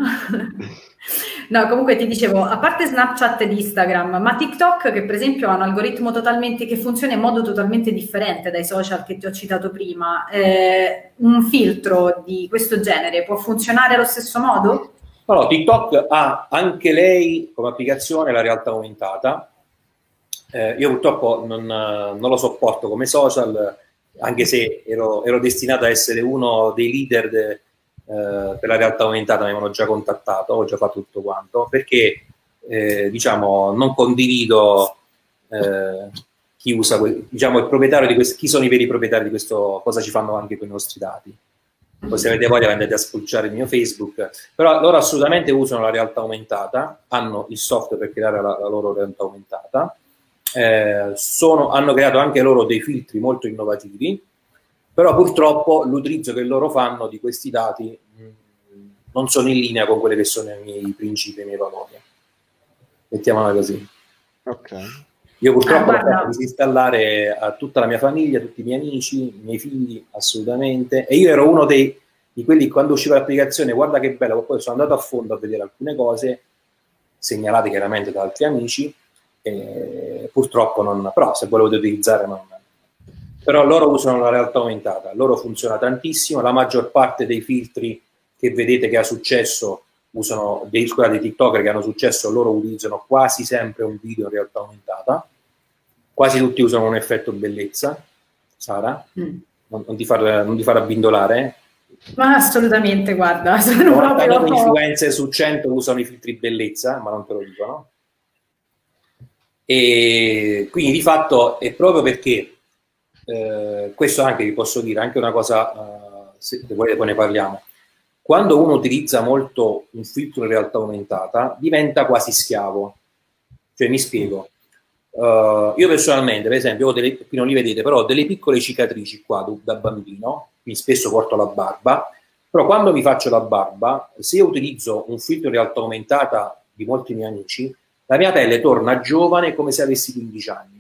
No, comunque ti dicevo, a parte Snapchat ed Instagram, ma TikTok, che per esempio ha un algoritmo totalmente, che funziona in modo totalmente differente dai social che ti ho citato prima, eh, un filtro di questo genere può funzionare allo stesso modo? No, TikTok ha anche lei come applicazione la realtà aumentata. Eh, io purtroppo non, non lo sopporto come social, anche se ero, ero destinato a essere uno dei leader de, Uh, per la realtà aumentata, mi avevano già contattato, ho già fatto tutto quanto, perché eh, diciamo non condivido eh, chi usa, diciamo il proprietario di questo, chi sono i veri proprietari di questo, cosa ci fanno anche con i nostri dati. Poi se avete voglia andate a spulciare il mio Facebook, però loro assolutamente usano la realtà aumentata, hanno il software per creare la, la loro realtà aumentata, eh, sono, hanno creato anche loro dei filtri molto innovativi, però purtroppo l'utilizzo che loro fanno di questi dati mh, non sono in linea con quelli che sono i miei principi e i miei valori. Mettiamola così. Okay. Io purtroppo ah, ho fatto disinstallare a tutta la mia famiglia, a tutti i miei amici, i miei figli, assolutamente. E io ero uno dei, di quelli che quando usciva l'applicazione, guarda che bello, poi sono andato a fondo a vedere alcune cose, segnalate chiaramente da altri amici, e purtroppo non... Però se volevate utilizzare non... Però loro usano la realtà aumentata, loro funziona tantissimo, la maggior parte dei filtri che vedete che ha successo, usano dei, scusate, dei TikToker che hanno successo, loro utilizzano quasi sempre un video in realtà aumentata, quasi tutti usano un effetto bellezza, Sara, mm. non, non, ti far, non ti far abbindolare. Ma assolutamente, guarda, sono proprio... influencer su cento usano i filtri bellezza, ma non te lo dicono. E quindi di fatto è proprio perché eh, questo anche vi posso dire, anche una cosa, uh, se volete poi ne parliamo, quando uno utilizza molto un filtro in realtà aumentata diventa quasi schiavo, cioè mi spiego, uh, io personalmente per esempio ho delle, qui non li vedete, però ho delle piccole cicatrici qua da bambino, quindi spesso porto la barba, però quando mi faccio la barba, se io utilizzo un filtro in realtà aumentata di molti miei amici, la mia pelle torna giovane come se avessi quindici anni.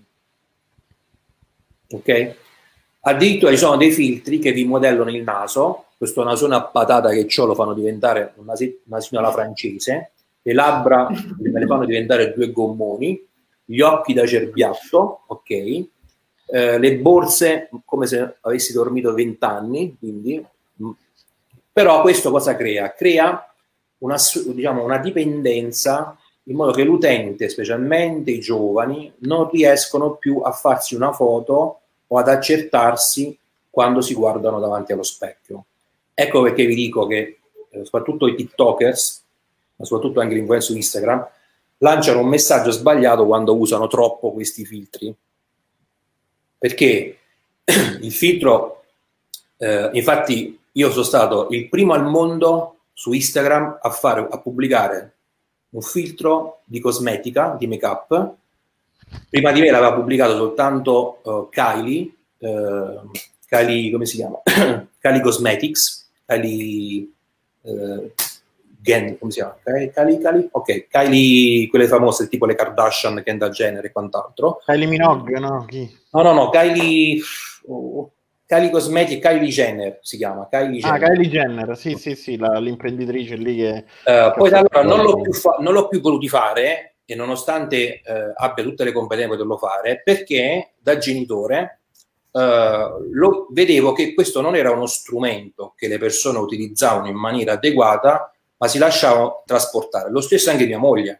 Ok? Addirittura ci sono dei filtri che vi modellano il naso, questo nasone a patata che ho lo fanno diventare un nasino alla francese, le labbra me le fanno diventare due gommoni, gli occhi da cerbiatto, ok? Eh, le borse come se avessi dormito vent'anni, quindi... Però questo cosa crea? Crea una, diciamo, una dipendenza in modo che l'utente, specialmente i giovani, non riescono più a farsi una foto o ad accertarsi quando si guardano davanti allo specchio. Ecco perché vi dico che eh, soprattutto i TikTokers, ma soprattutto anche gli influencer su Instagram, lanciano un messaggio sbagliato quando usano troppo questi filtri. Perché il filtro, eh, infatti io sono stato il primo al mondo su Instagram a, fare, a pubblicare un filtro di cosmetica, di make-up. Prima di me l'aveva pubblicato soltanto uh, Kylie, uh, Kylie, come si chiama? Kylie Cosmetics, Kylie, uh, Gen, come si chiama? Kylie, Kylie? Ok, Kylie, quelle famose, tipo le Kardashian, Kendall Jenner e quant'altro. Kylie Minogue, no? Chi? No, no, no, Kylie... Oh, Kylie Cosmetics, Kylie Jenner si chiama. Kylie Jenner. Ah, Kylie Jenner, sì, sì, sì, l'imprenditrice lì che... Uh, poi da allora non l'ho più, non l'ho più voluti fare, e nonostante uh, abbia tutte le competenze per poterlo fare, perché da genitore uh, lo, vedevo che questo non era uno strumento che le persone utilizzavano in maniera adeguata, ma si lasciavano trasportare. Lo stesso anche mia moglie,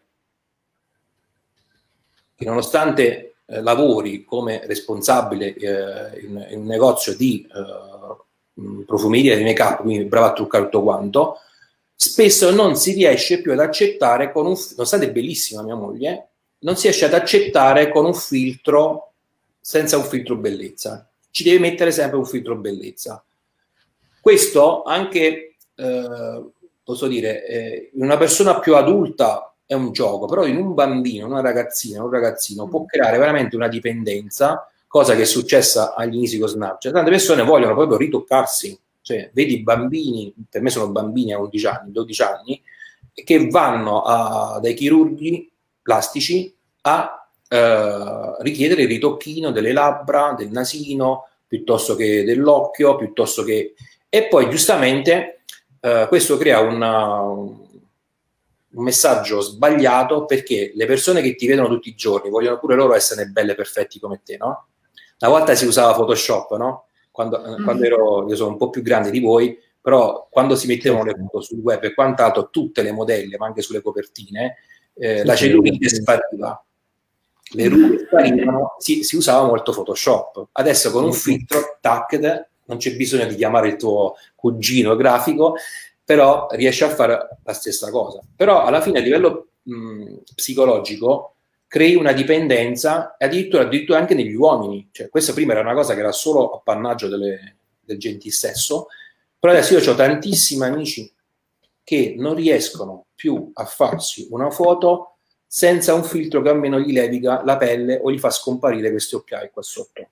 che nonostante... Eh, lavori come responsabile eh, in, in un negozio di eh, profumeria di make-up, quindi brava a truccare tutto quanto, spesso non si riesce più ad accettare con un, nonostante è bellissima mia moglie, non si riesce ad accettare con un filtro, senza un filtro bellezza. Ci deve mettere sempre un filtro bellezza. Questo anche, eh, posso dire, eh, in una persona più adulta è un gioco, però in un bambino, una ragazzina, un ragazzino può creare veramente una dipendenza, cosa che è successa agli inizi con Snapchat. Tante persone vogliono proprio ritoccarsi, cioè vedi bambini, per me sono bambini a undici anni, dodici anni, che vanno a, dai chirurghi plastici a eh, richiedere il ritocchino delle labbra, del nasino, piuttosto che dell'occhio, piuttosto che... E poi giustamente eh, questo crea una... un messaggio sbagliato, perché le persone che ti vedono tutti i giorni vogliono pure loro essere belle e perfetti come te, no? Una volta si usava Photoshop, no? Quando, mm. quando ero, io sono un po' più grande di voi, però quando si mettevano le foto sul web e quant'altro, tutte le modelle, ma anche sulle copertine, eh, sì, la cellulite sì. spariva, le rughe sparivano, si, si usava molto Photoshop. Adesso con un filtro, tac, non c'è bisogno di chiamare il tuo cugino grafico, però riesce a fare la stessa cosa. Però alla fine a livello mh, psicologico crei una dipendenza, e addirittura, addirittura anche negli uomini. Cioè, questa prima era una cosa che era solo appannaggio delle, del gentilsesso, però adesso io ho tantissimi amici che non riescono più a farsi una foto senza un filtro che almeno gli leviga la pelle o gli fa scomparire questi occhiali qua sotto.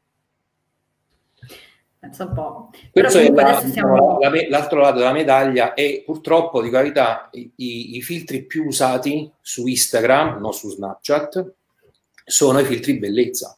Un po'. Questo è la, siamo... l'altro lato della medaglia, e purtroppo, di verità, i, i filtri più usati su Instagram, non su Snapchat, sono i filtri bellezza.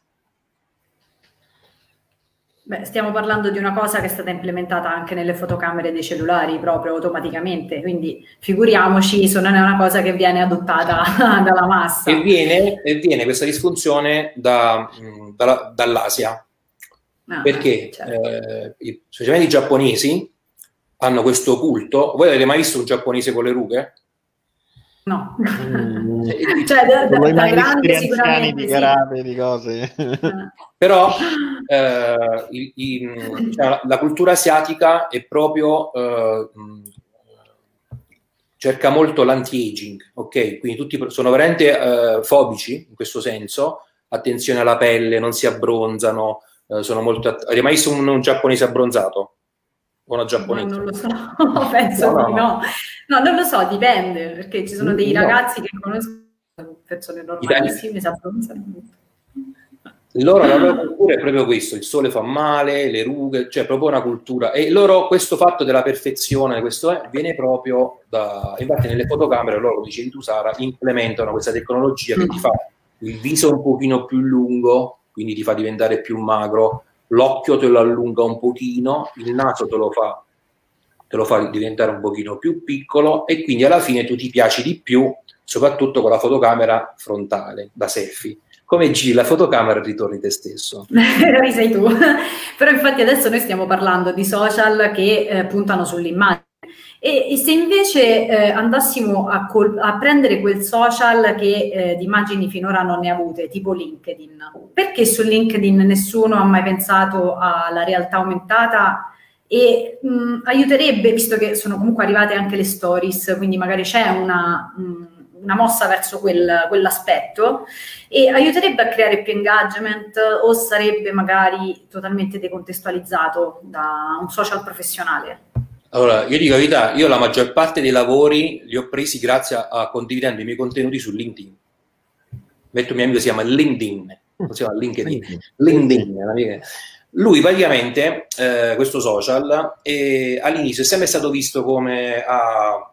Beh, stiamo parlando di una cosa che è stata implementata anche nelle fotocamere dei cellulari proprio automaticamente, quindi figuriamoci se non è una cosa che viene adottata dalla massa. E viene, e viene questa disfunzione da, da, dall'Asia. Ah, perché certo. eh, specialmente i giapponesi hanno questo culto. Voi avete mai visto un giapponese con le rughe? No. Mm. Cioè, da, da, non da grande sicuramente di sì. grave, di cose. Però eh, i, i, cioè, la cultura asiatica è proprio eh, cerca molto l'anti-aging, ok? Quindi tutti sono veramente eh, fobici in questo senso, attenzione alla pelle, non si abbronzano, eh, sono molto att- hai mai visto un, un giapponese abbronzato? O una giapponese? No, non lo so, penso no, no, di no. no. No, non lo so, dipende, perché ci sono dei No. ragazzi che conosco, persone normalissime, si abbronzano. Loro, la loro cultura è proprio questo, il sole fa male, le rughe, cioè proprio una cultura. E loro questo fatto della perfezione, questo è, viene proprio da... Infatti nelle fotocamere loro, come dicevi tu Sara, implementano questa tecnologia che ti fa il viso un pochino più lungo, quindi ti fa diventare più magro, l'occhio te lo allunga un pochino, il naso te lo fa, te lo fa diventare un pochino più piccolo e quindi alla fine tu ti piaci di più, soprattutto con la fotocamera frontale, da selfie. Come giri la fotocamera ritorni te stesso. Sei tu. Però infatti adesso noi stiamo parlando di social che eh, puntano sull'immagine. E, e se invece eh, andassimo a, a prendere quel social che eh, di immagini finora non ne ha avute, tipo LinkedIn, perché su LinkedIn nessuno ha mai pensato alla realtà aumentata e mh, aiuterebbe, visto che sono comunque arrivate anche le stories, quindi magari c'è una... Mh, una mossa verso quel, quell'aspetto e aiuterebbe a creare più engagement o sarebbe magari totalmente decontestualizzato da un social professionale? Allora, io dico la verità, io la maggior parte dei lavori li ho presi grazie a, a condividendo i miei contenuti su LinkedIn. Metto un mio amico, si chiama LinkedIn, non si chiama LinkedIn, LinkedIn. LinkedIn. Lui praticamente, eh, questo social, eh, all'inizio è sempre stato visto come a...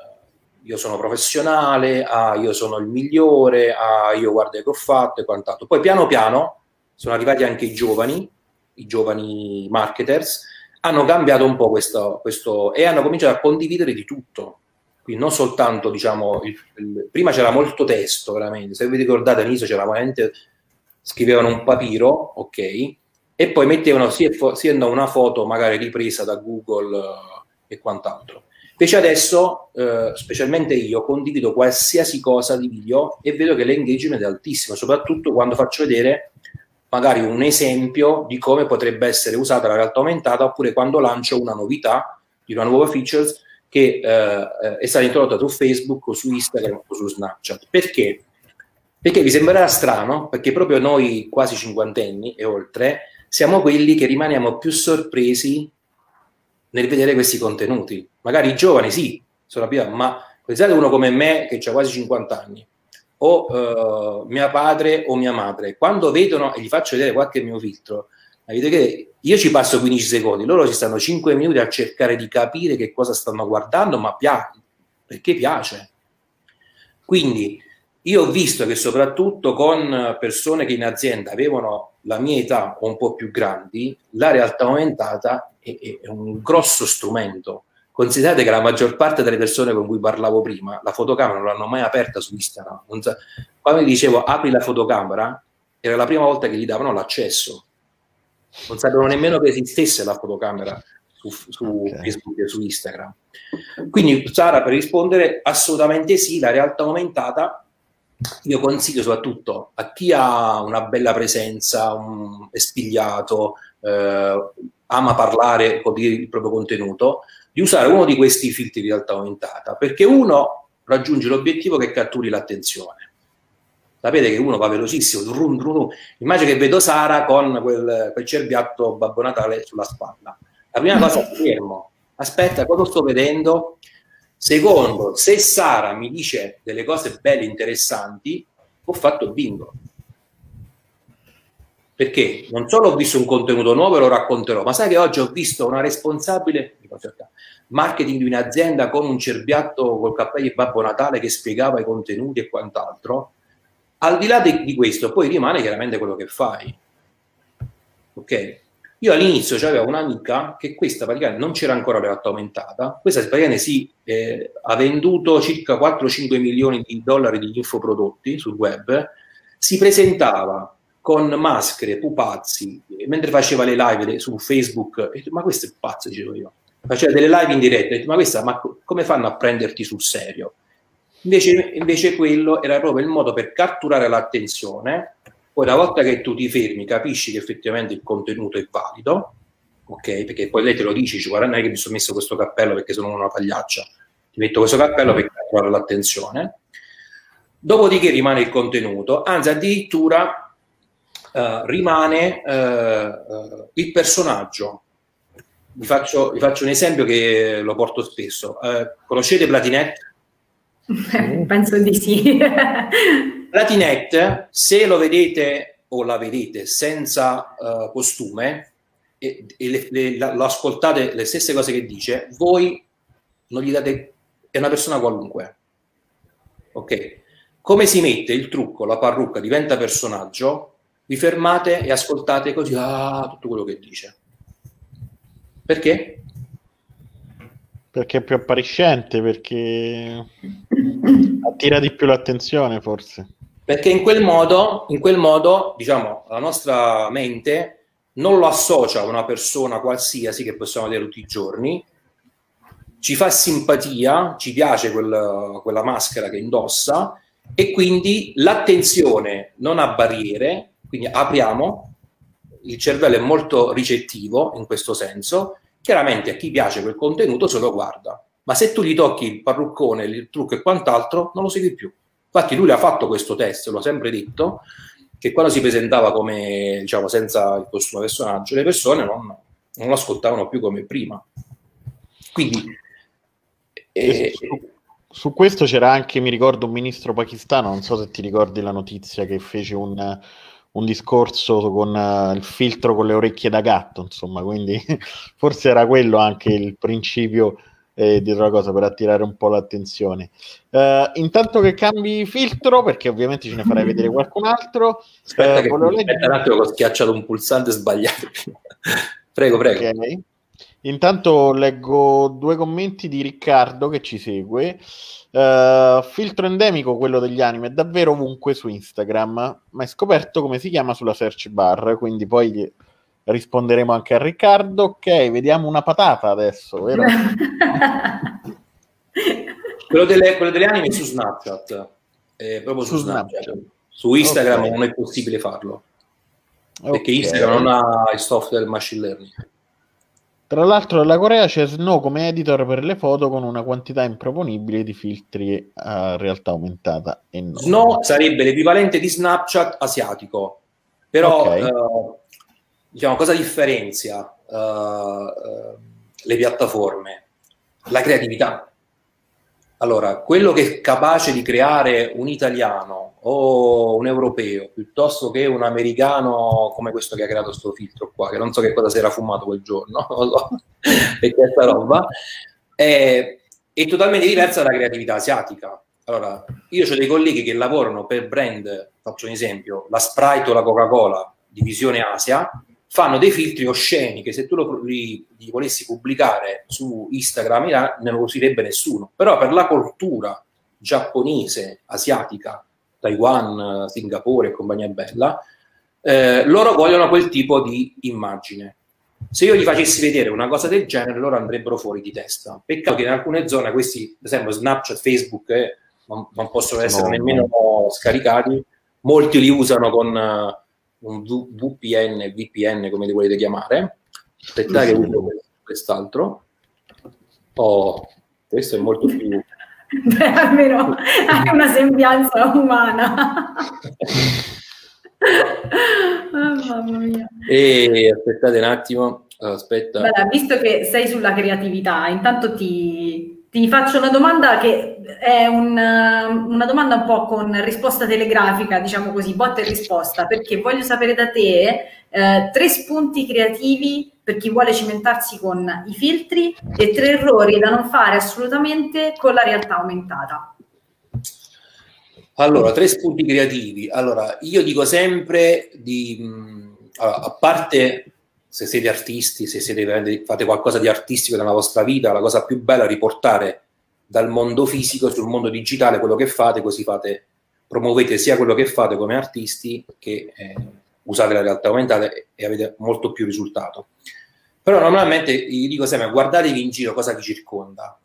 io sono professionale, ah, io sono il migliore, ah, io guarda che ho fatto e quant'altro. Poi piano piano sono arrivati anche i giovani, i giovani marketers, hanno cambiato un po' questo, questo e hanno cominciato a condividere di tutto. Quindi non soltanto, diciamo, il, il, prima c'era molto testo, veramente, se vi ricordate all'inizio c'era veramente, scrivevano un papiro, ok, e poi mettevano sia, sia una foto magari ripresa da Google uh, e quant'altro. Invece adesso, eh, specialmente io, condivido qualsiasi cosa di video e vedo che l'engagement è altissimo, soprattutto quando faccio vedere magari un esempio di come potrebbe essere usata la realtà aumentata oppure quando lancio una novità di una nuova feature che eh, è stata introdotta su Facebook o su Instagram o su Snapchat. Perché? Perché vi sembrerà strano, perché proprio noi quasi cinquantenni e oltre siamo quelli che rimaniamo più sorpresi nel vedere questi contenuti. Magari i giovani sì, sono più, ma pensate uno come me che ha quasi cinquanta anni o uh, mia padre o mia madre, quando vedono e gli faccio vedere qualche mio filtro, che io ci passo quindici secondi, loro ci stanno cinque minuti a cercare di capire che cosa stanno guardando, ma piace, perché piace. Quindi io ho visto che soprattutto con persone che in azienda avevano la mia età o un po' più grandi, la realtà aumentata è, è un grosso strumento. Considerate che la maggior parte delle persone con cui parlavo prima, la fotocamera non l'hanno mai aperta su Instagram. Non sa, quando gli dicevo apri la fotocamera, era la prima volta che gli davano l'accesso. Non sapevano nemmeno che esistesse la fotocamera su, su okay. Facebook e su Instagram. Quindi, Sara, per rispondere, assolutamente sì, la realtà aumentata. Io consiglio soprattutto a chi ha una bella presenza, un, è spigliato, eh, ama parlare, condividere il proprio contenuto, di usare uno di questi filtri di realtà aumentata, perché uno raggiunge l'obiettivo che catturi l'attenzione. Sapete che uno va velocissimo, drum, drum. Immagino che vedo Sara con quel, quel cerbiatto Babbo Natale sulla spalla. La prima cosa è fermo, aspetta, cosa sto vedendo? Secondo, se Sara mi dice delle cose belle, interessanti, ho fatto bingo. Perché non solo ho visto un contenuto nuovo e lo racconterò, ma sai che oggi ho visto una responsabile marketing di un'azienda con un cerbiatto col cappello di Babbo Natale che spiegava i contenuti e quant'altro. Al di là di, di questo, poi rimane chiaramente quello che fai. Ok? Io all'inizio c'avevo un'amica che questa praticamente non c'era ancora la realtà aumentata, questa praticamente sì, eh, ha venduto circa quattro cinque milioni di dollari di infoprodotti sul web, si presentava con maschere, pupazzi, mentre faceva le live su Facebook, e, ma questo è pazzo, dicevo io, faceva delle live in diretta, ma questa, ma come fanno a prenderti sul serio? Invece, invece quello era proprio il modo per catturare l'attenzione. Poi una volta che tu ti fermi, capisci che effettivamente il contenuto è valido, ok? Perché poi lei te lo dice, dice, guarda, non è che mi sono messo questo cappello perché sono una pagliaccia, ti metto questo cappello per catturare l'attenzione. Dopodiché rimane il contenuto, anzi addirittura uh, rimane uh, uh, il personaggio. Vi faccio, vi faccio un esempio che lo porto spesso. Uh, conoscete Platinette? Penso di sì. Platinette, se lo vedete o la vedete senza uh, costume e, e le, le, la, lo ascoltate le stesse cose che dice, voi non gli date, è una persona qualunque. Ok? Come si mette il trucco, la parrucca diventa personaggio, vi fermate e ascoltate così ah, tutto quello che dice. Perché? Perché è più appariscente, perché attira di più l'attenzione, forse. Perché in quel modo, in quel modo, diciamo, la nostra mente non lo associa a una persona qualsiasi che possiamo vedere tutti i giorni, ci fa simpatia, ci piace quel, quella maschera che indossa, e quindi l'attenzione non ha barriere, quindi apriamo, il cervello è molto ricettivo in questo senso, chiaramente a chi piace quel contenuto se lo guarda, ma se tu gli tocchi il parruccone, il trucco e quant'altro, non lo segui più. Infatti lui ha fatto questo test, lo ha sempre detto, che quando si presentava come, diciamo, senza il costume personaggio, le persone non, non lo ascoltavano più come prima. Quindi... Eh, su, su questo c'era anche, mi ricordo, un ministro pakistano, non so se ti ricordi la notizia, che fece un, un discorso con uh, il filtro con le orecchie da gatto, insomma, quindi forse era quello anche il principio eh, dietro la cosa, per attirare un po' l'attenzione. Uh, intanto che cambi filtro, perché ovviamente ce ne farai vedere qualcun altro. Aspetta, uh, che volevo aspetta leggere... un attimo che ho schiacciato un pulsante sbagliato. Prego, prego. Okay. Intanto leggo due commenti di Riccardo che ci segue. Uh, filtro endemico, quello degli anime, è davvero ovunque su Instagram, ma hai scoperto come si chiama sulla search bar, quindi poi risponderemo anche a Riccardo. Ok, vediamo una patata adesso, vero? quello, delle, quello delle anime su Snapchat, eh, proprio su, su Snapchat. Snapchat. Su Instagram okay. Non è possibile farlo, perché okay. Instagram non ha il software del machine learning. Tra l'altro nella Corea c'è Snow come editor per le foto con una quantità improponibile di filtri a realtà aumentata. E no. Snow sarebbe l'equivalente di Snapchat asiatico, però okay. uh, diciamo, cosa differenzia uh, uh, le piattaforme? La creatività. Allora, quello che è capace di creare un italiano o un europeo piuttosto che un americano come questo che ha creato questo filtro qua, che non so che cosa si era fumato quel giorno, non so, e questa roba è, è totalmente diversa dalla creatività asiatica. Allora, io ho dei colleghi che lavorano per brand, faccio un esempio, la Sprite o la Coca-Cola, divisione Asia, fanno dei filtri osceni che se tu lo, li, li volessi pubblicare su Instagram non lo userebbe nessuno, però per la cultura giapponese, asiatica, Taiwan, Singapore e compagnia bella, eh, loro vogliono quel tipo di immagine. Se io gli facessi vedere una cosa del genere, loro andrebbero fuori di testa. Peccato che in alcune zone questi, per esempio Snapchat, Facebook, eh, non, non possono essere no, nemmeno no. scaricati, molti li usano con uh, un V P N, V P N come li volete chiamare. Aspettate che uso quest'altro. Oh, questo è molto più... Beh, almeno hai una sembianza umana. Oh, mamma mia. E aspettate un attimo, aspetta. Beh, visto che sei sulla creatività, intanto ti, ti faccio una domanda che è un, una domanda un po' con risposta telegrafica, diciamo così, botta e risposta, perché voglio sapere da te eh, tre spunti creativi per chi vuole cimentarsi con i filtri e tre errori da non fare assolutamente con la realtà aumentata. Allora, tre spunti creativi. Allora, io dico sempre di, mh, a parte se siete artisti, se siete, fate qualcosa di artistico nella vostra vita, la cosa più bella è riportare dal mondo fisico sul mondo digitale quello che fate, così fate, promuovete sia quello che fate come artisti che eh, usate la realtà aumentata e, e avete molto più risultato. Però normalmente io dico sempre, guardatevi in giro cosa vi circonda.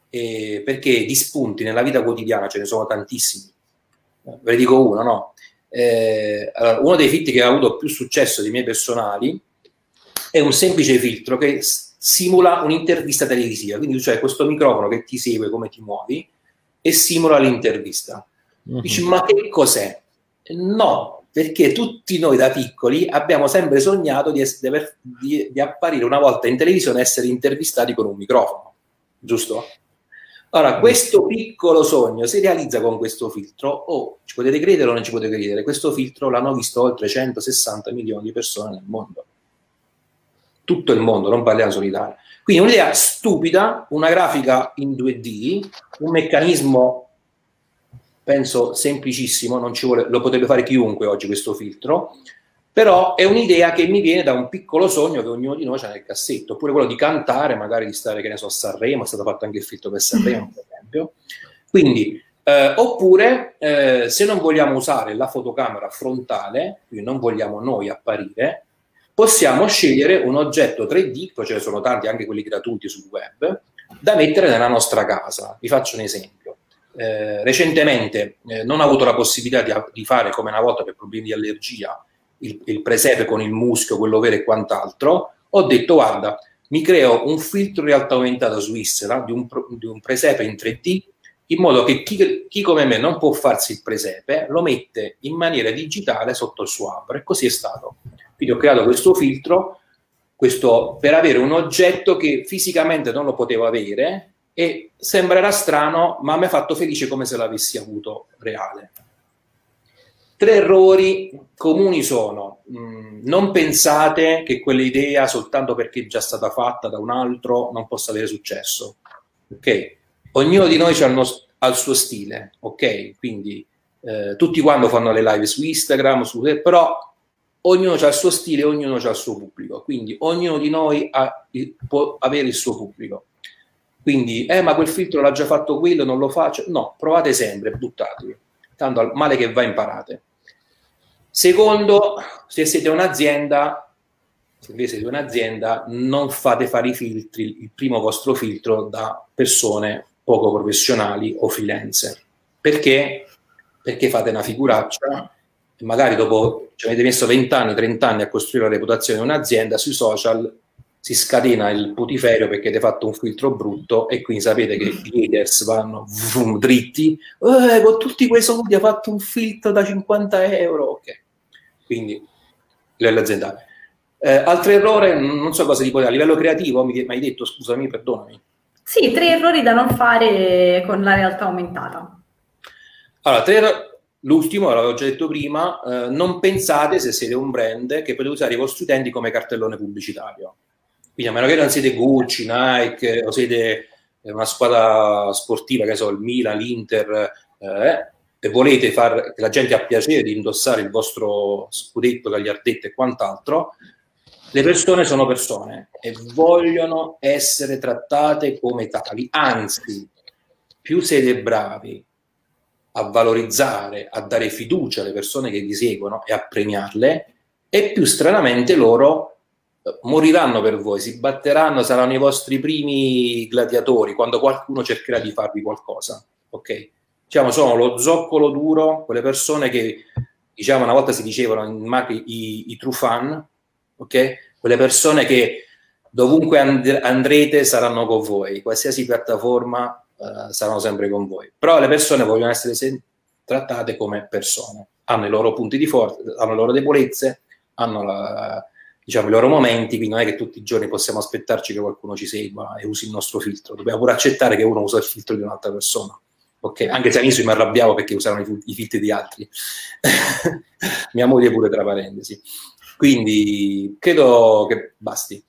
eh, perché di spunti nella vita quotidiana ce ne sono tantissimi. Ve ne dico uno, no? Eh, allora, uno dei filtri che ha avuto più successo dei miei personali è un semplice filtro che simula un'intervista televisiva, quindi tu c'hai questo microfono che ti segue come ti muovi e simula l'intervista. Uh-huh. Dici, ma che cos'è? No, perché tutti noi da piccoli abbiamo sempre sognato di, essere, di, di apparire una volta in televisione e essere intervistati con un microfono, giusto? Allora, questo piccolo sogno si realizza con questo filtro, o oh, ci potete credere o non ci potete credere, questo filtro l'hanno visto oltre centosessanta milioni di persone nel mondo. Tutto il mondo, non parliamo solo Italia. Quindi un'idea stupida, una grafica in due D, un meccanismo, penso, semplicissimo, non ci vuole, lo potrebbe fare chiunque oggi questo filtro, però è un'idea che mi viene da un piccolo sogno che ognuno di noi ha nel cassetto, oppure quello di cantare, magari di stare, che ne so, a Sanremo, è stato fatto anche il filtro per Sanremo, per esempio. Quindi, eh, oppure, eh, se non vogliamo usare la fotocamera frontale, quindi non vogliamo noi apparire, possiamo scegliere un oggetto tre D, poi ce ne sono tanti, anche quelli gratuiti sul web, da mettere nella nostra casa. Vi faccio un esempio. Eh, recentemente eh, non ho avuto la possibilità di, di fare, come una volta per problemi di allergia, il, il presepe con il muschio, quello vero e quant'altro. Ho detto, guarda, mi creo un filtro realtà aumentata su Instagram di un, di un presepe in tre D, in modo che chi, chi come me non può farsi il presepe, lo mette in maniera digitale sotto il suo albero, e così è stato. Quindi ho creato questo filtro questo, per avere un oggetto che fisicamente non lo potevo avere, e sembrerà strano, ma mi ha fatto felice come se l'avessi avuto reale. Tre errori comuni sono: mh, non pensate che quell'idea, soltanto perché è già stata fatta da un altro, non possa avere successo. Ok? Ognuno di noi ha il, ha il suo stile, ok? Quindi eh, tutti quando fanno le live su Instagram, su, però ognuno ha il suo stile, ognuno ha il suo pubblico, quindi ognuno di noi ha, può avere il suo pubblico. Quindi, eh, ma quel filtro l'ha già fatto quello, non lo faccio? No, provate sempre, buttatevi. Tanto al male che va imparate. Secondo, se siete un'azienda, se invece siete un'azienda, non fate fare i filtri, il primo vostro filtro, da persone poco professionali o freelancer. Perché? Perché fate una figuraccia. Magari dopo ci avete messo venti anni, trenta anni a costruire la reputazione di un'azienda, sui social si scatena il putiferio perché avete fatto un filtro brutto, e quindi sapete che i haters vanno vum, dritti, eh, con tutti quei soldi ha fatto un filtro da cinquanta euro, ok. Quindi l'azienda. Eh, altro errore, non so cosa tipo a livello creativo, mi hai detto, scusami, perdonami. Sì, tre errori da non fare con la realtà aumentata. Allora, tre errori. L'ultimo, l'avevo già detto prima, eh, non pensate, se siete un brand, che potete usare i vostri utenti come cartellone pubblicitario. Quindi a meno che non siete Gucci, Nike, o siete una squadra sportiva, che so, il Milan, l'Inter, eh, e volete far che la gente ha piacere di indossare il vostro scudetto, gagliardetto e quant'altro, le persone sono persone e vogliono essere trattate come tali. Anzi, più siete bravi a valorizzare, a dare fiducia alle persone che vi seguono e a premiarle, e più stranamente loro moriranno per voi, si batteranno, saranno i vostri primi gladiatori quando qualcuno cercherà di farvi qualcosa, ok? Diciamo, sono lo zoccolo duro, quelle persone che, diciamo, una volta si dicevano in marketing i, i true fan, ok? Quelle persone che dovunque and- andrete saranno con voi, qualsiasi piattaforma uh, saranno sempre con voi, però le persone vogliono essere sen- trattate come persone, hanno i loro punti di forza, hanno le loro debolezze, hanno la... diciamo, i loro momenti, quindi non è che tutti i giorni possiamo aspettarci che qualcuno ci segua e usi il nostro filtro, dobbiamo pure accettare che uno usa il filtro di un'altra persona, ok? Anche se all'inizio mi arrabbiavo perché usavano i, i filtri di altri, mia moglie pure, tra parentesi. Quindi credo che basti.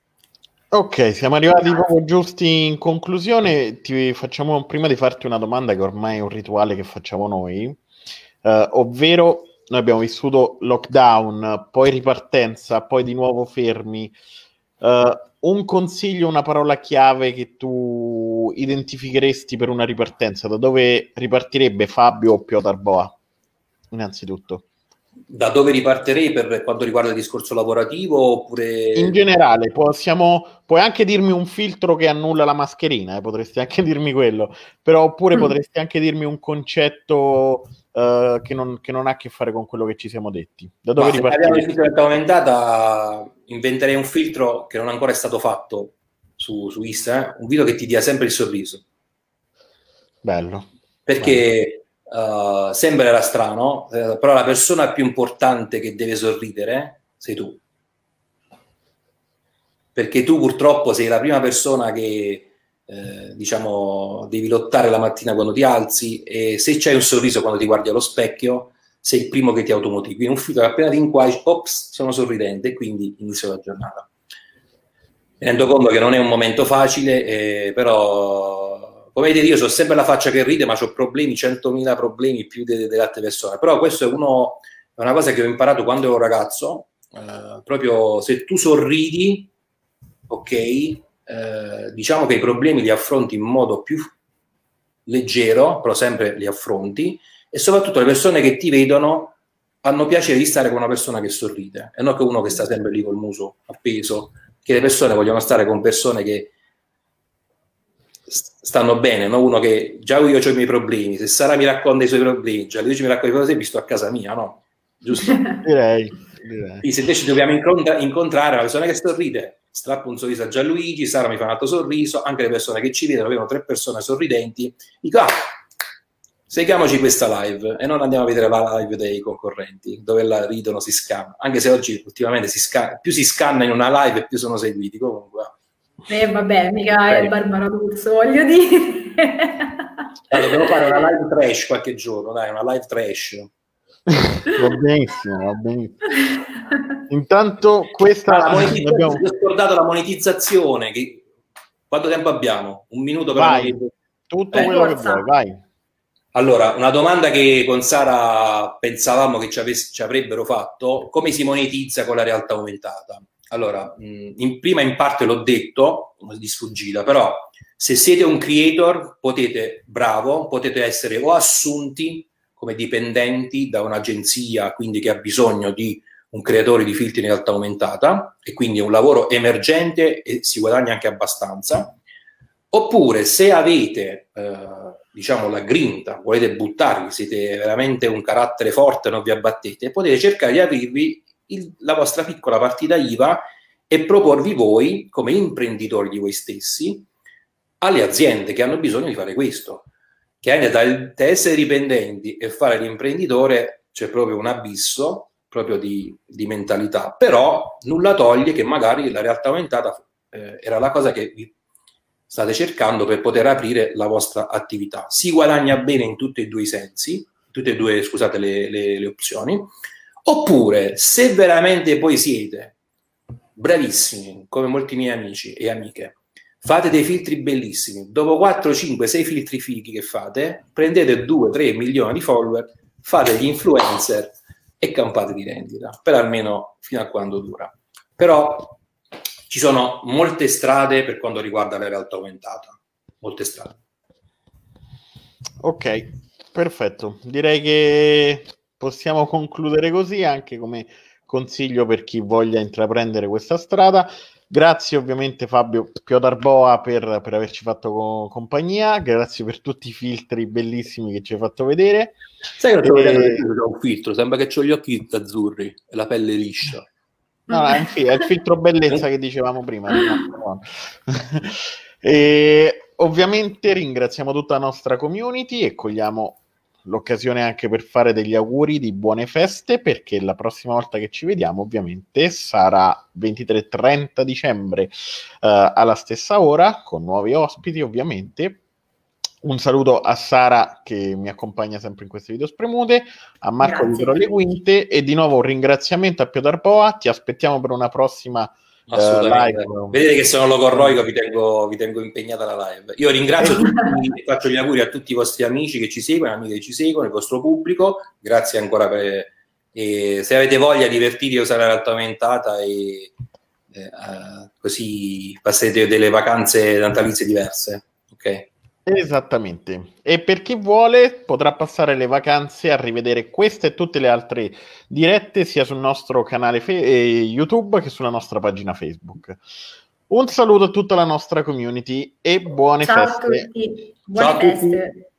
Ok, siamo arrivati proprio giusti in conclusione. Ti facciamo, prima di farti una domanda che ormai è un rituale che facciamo noi, eh, ovvero noi abbiamo vissuto lockdown, poi ripartenza, poi di nuovo fermi. Uh, un consiglio, una parola chiave che tu identificheresti per una ripartenza? Da dove ripartirebbe Fabio o Piotr Boa? Innanzitutto. Da dove ripartirei per quanto riguarda il discorso lavorativo oppure... In generale, possiamo, puoi anche dirmi un filtro che annulla la mascherina, eh, potresti anche dirmi quello, però oppure mm. potresti anche dirmi un concetto uh, che, non, che non ha a che fare con quello che ci siamo detti. Da dove ripartirei? Se parliamo di filtro di realtà aumentata, inventerei un filtro che non ancora è stato fatto su, su Instagram, un video che ti dia sempre il sorriso. Bello. Perché... Uh, sembrerà strano, eh, però la persona più importante che deve sorridere sei tu, perché tu purtroppo sei la prima persona che eh, diciamo devi lottare la mattina quando ti alzi, e se c'hai un sorriso quando ti guardi allo specchio sei il primo che ti automotivi. Quindi un filtro appena ti inquadri, ops, sono sorridente, e quindi inizio la giornata. Mi rendo conto che non è un momento facile, eh, però come vedete io ho sempre la faccia che ride, ma ho problemi, centomila problemi più delle, delle altre persone. Però questo è, uno, è una cosa che ho imparato quando ero ragazzo, eh, proprio se tu sorridi, ok, eh, diciamo che i problemi li affronti in modo più leggero, però sempre li affronti, e soprattutto le persone che ti vedono hanno piacere di stare con una persona che sorride, e non che uno che sta sempre lì col muso appeso, che le persone vogliono stare con persone che stanno bene, no? Uno che già io ho i miei problemi, se Sara mi racconta i suoi problemi, già lui mi racconta i suoi problemi, sto a casa mia, no? Giusto? direi, direi. Quindi se invece dobbiamo incontra- incontrare una persona che sorride, strappo un sorriso a Gianluigi, Sara mi fa un altro sorriso, anche le persone che ci vedono, vedono tre persone sorridenti, dico, ah, seguiamoci questa live e non andiamo a vedere la live dei concorrenti, dove la ridono, si scanna, anche se oggi ultimamente si scanna, più si scanna in una live più sono seguiti, comunque. Eh vabbè, mica è Barbara D'Urso, voglio dire. Allora, dobbiamo fare una live trash qualche giorno, dai, una live trash. Va benissimo, va benissimo. Intanto questa... Ah, la abbiamo... Ho scordato la monetizzazione. Che... Quanto tempo abbiamo? Un minuto per vai, tutto eh, quello forza. Che vuoi, vai. Allora, una domanda che con Sara pensavamo che ci, avess- ci avrebbero fatto: come si monetizza con la realtà aumentata? Allora, in, prima in parte l'ho detto, di sfuggita, però se siete un creator, potete, bravo, potete essere o assunti come dipendenti da un'agenzia, quindi che ha bisogno di un creatore di filtri in realtà aumentata, e quindi è un lavoro emergente e si guadagna anche abbastanza, oppure se avete, eh, diciamo, la grinta, volete buttarvi, siete veramente un carattere forte, non vi abbattete, potete cercare di aprirvi Il, la vostra piccola partita I V A e proporvi voi come imprenditori di voi stessi alle aziende che hanno bisogno di fare questo. Che da, da essere dipendenti e fare l'imprenditore c'è proprio un abisso proprio di, di mentalità, però nulla toglie che magari la realtà aumentata eh, era la cosa che vi state cercando per poter aprire la vostra attività. Si guadagna bene in tutti e due i sensi, tutte e due, scusate, le, le, le opzioni. Oppure, se veramente poi siete bravissimi, come molti miei amici e amiche, fate dei filtri bellissimi, dopo quattro, cinque, sei filtri fighi che fate, prendete due tre milioni di follower, fate gli influencer e campate di rendita, per almeno fino a quando dura. Però ci sono molte strade per quanto riguarda la realtà aumentata, molte strade. Ok, perfetto. Direi che possiamo concludere così, anche come consiglio per chi voglia intraprendere questa strada. Grazie ovviamente Fabio Piodarboa per, per averci fatto co- compagnia, grazie per tutti i filtri bellissimi che ci hai fatto vedere. Sai che non sto e... vedendo che ho un filtro, sembra che ho gli occhi azzurri e la pelle liscia. No, è, fi- è il filtro bellezza che dicevamo prima. E ovviamente ringraziamo tutta la nostra community e cogliamo l'occasione anche per fare degli auguri di buone feste, perché la prossima volta che ci vediamo ovviamente sarà ventitré e trenta dicembre uh, alla stessa ora, con nuovi ospiti ovviamente. Un saluto a Sara che mi accompagna sempre in queste video spremute, a Marco dietro le quinte, e di nuovo un ringraziamento a Piodarboa. Ti aspettiamo per una prossima Assolutamente. Uh, vedete che sono logorroico, vi tengo, vi tengo impegnata la live. Io ringrazio tutti e faccio gli auguri a tutti i vostri amici che ci seguono, amiche che ci seguono, il vostro pubblico. Grazie ancora per, e se avete voglia divertirvi a usare la realtà aumentata e eh, uh, così passerete delle vacanze natalizie diverse. Ok? Esattamente. E per chi vuole potrà passare le vacanze a rivedere queste e tutte le altre dirette sia sul nostro canale fe- eh, YouTube che sulla nostra pagina Facebook. Un saluto a tutta la nostra community e buone Ciao feste. a tutti, buone Ciao a tutti. feste.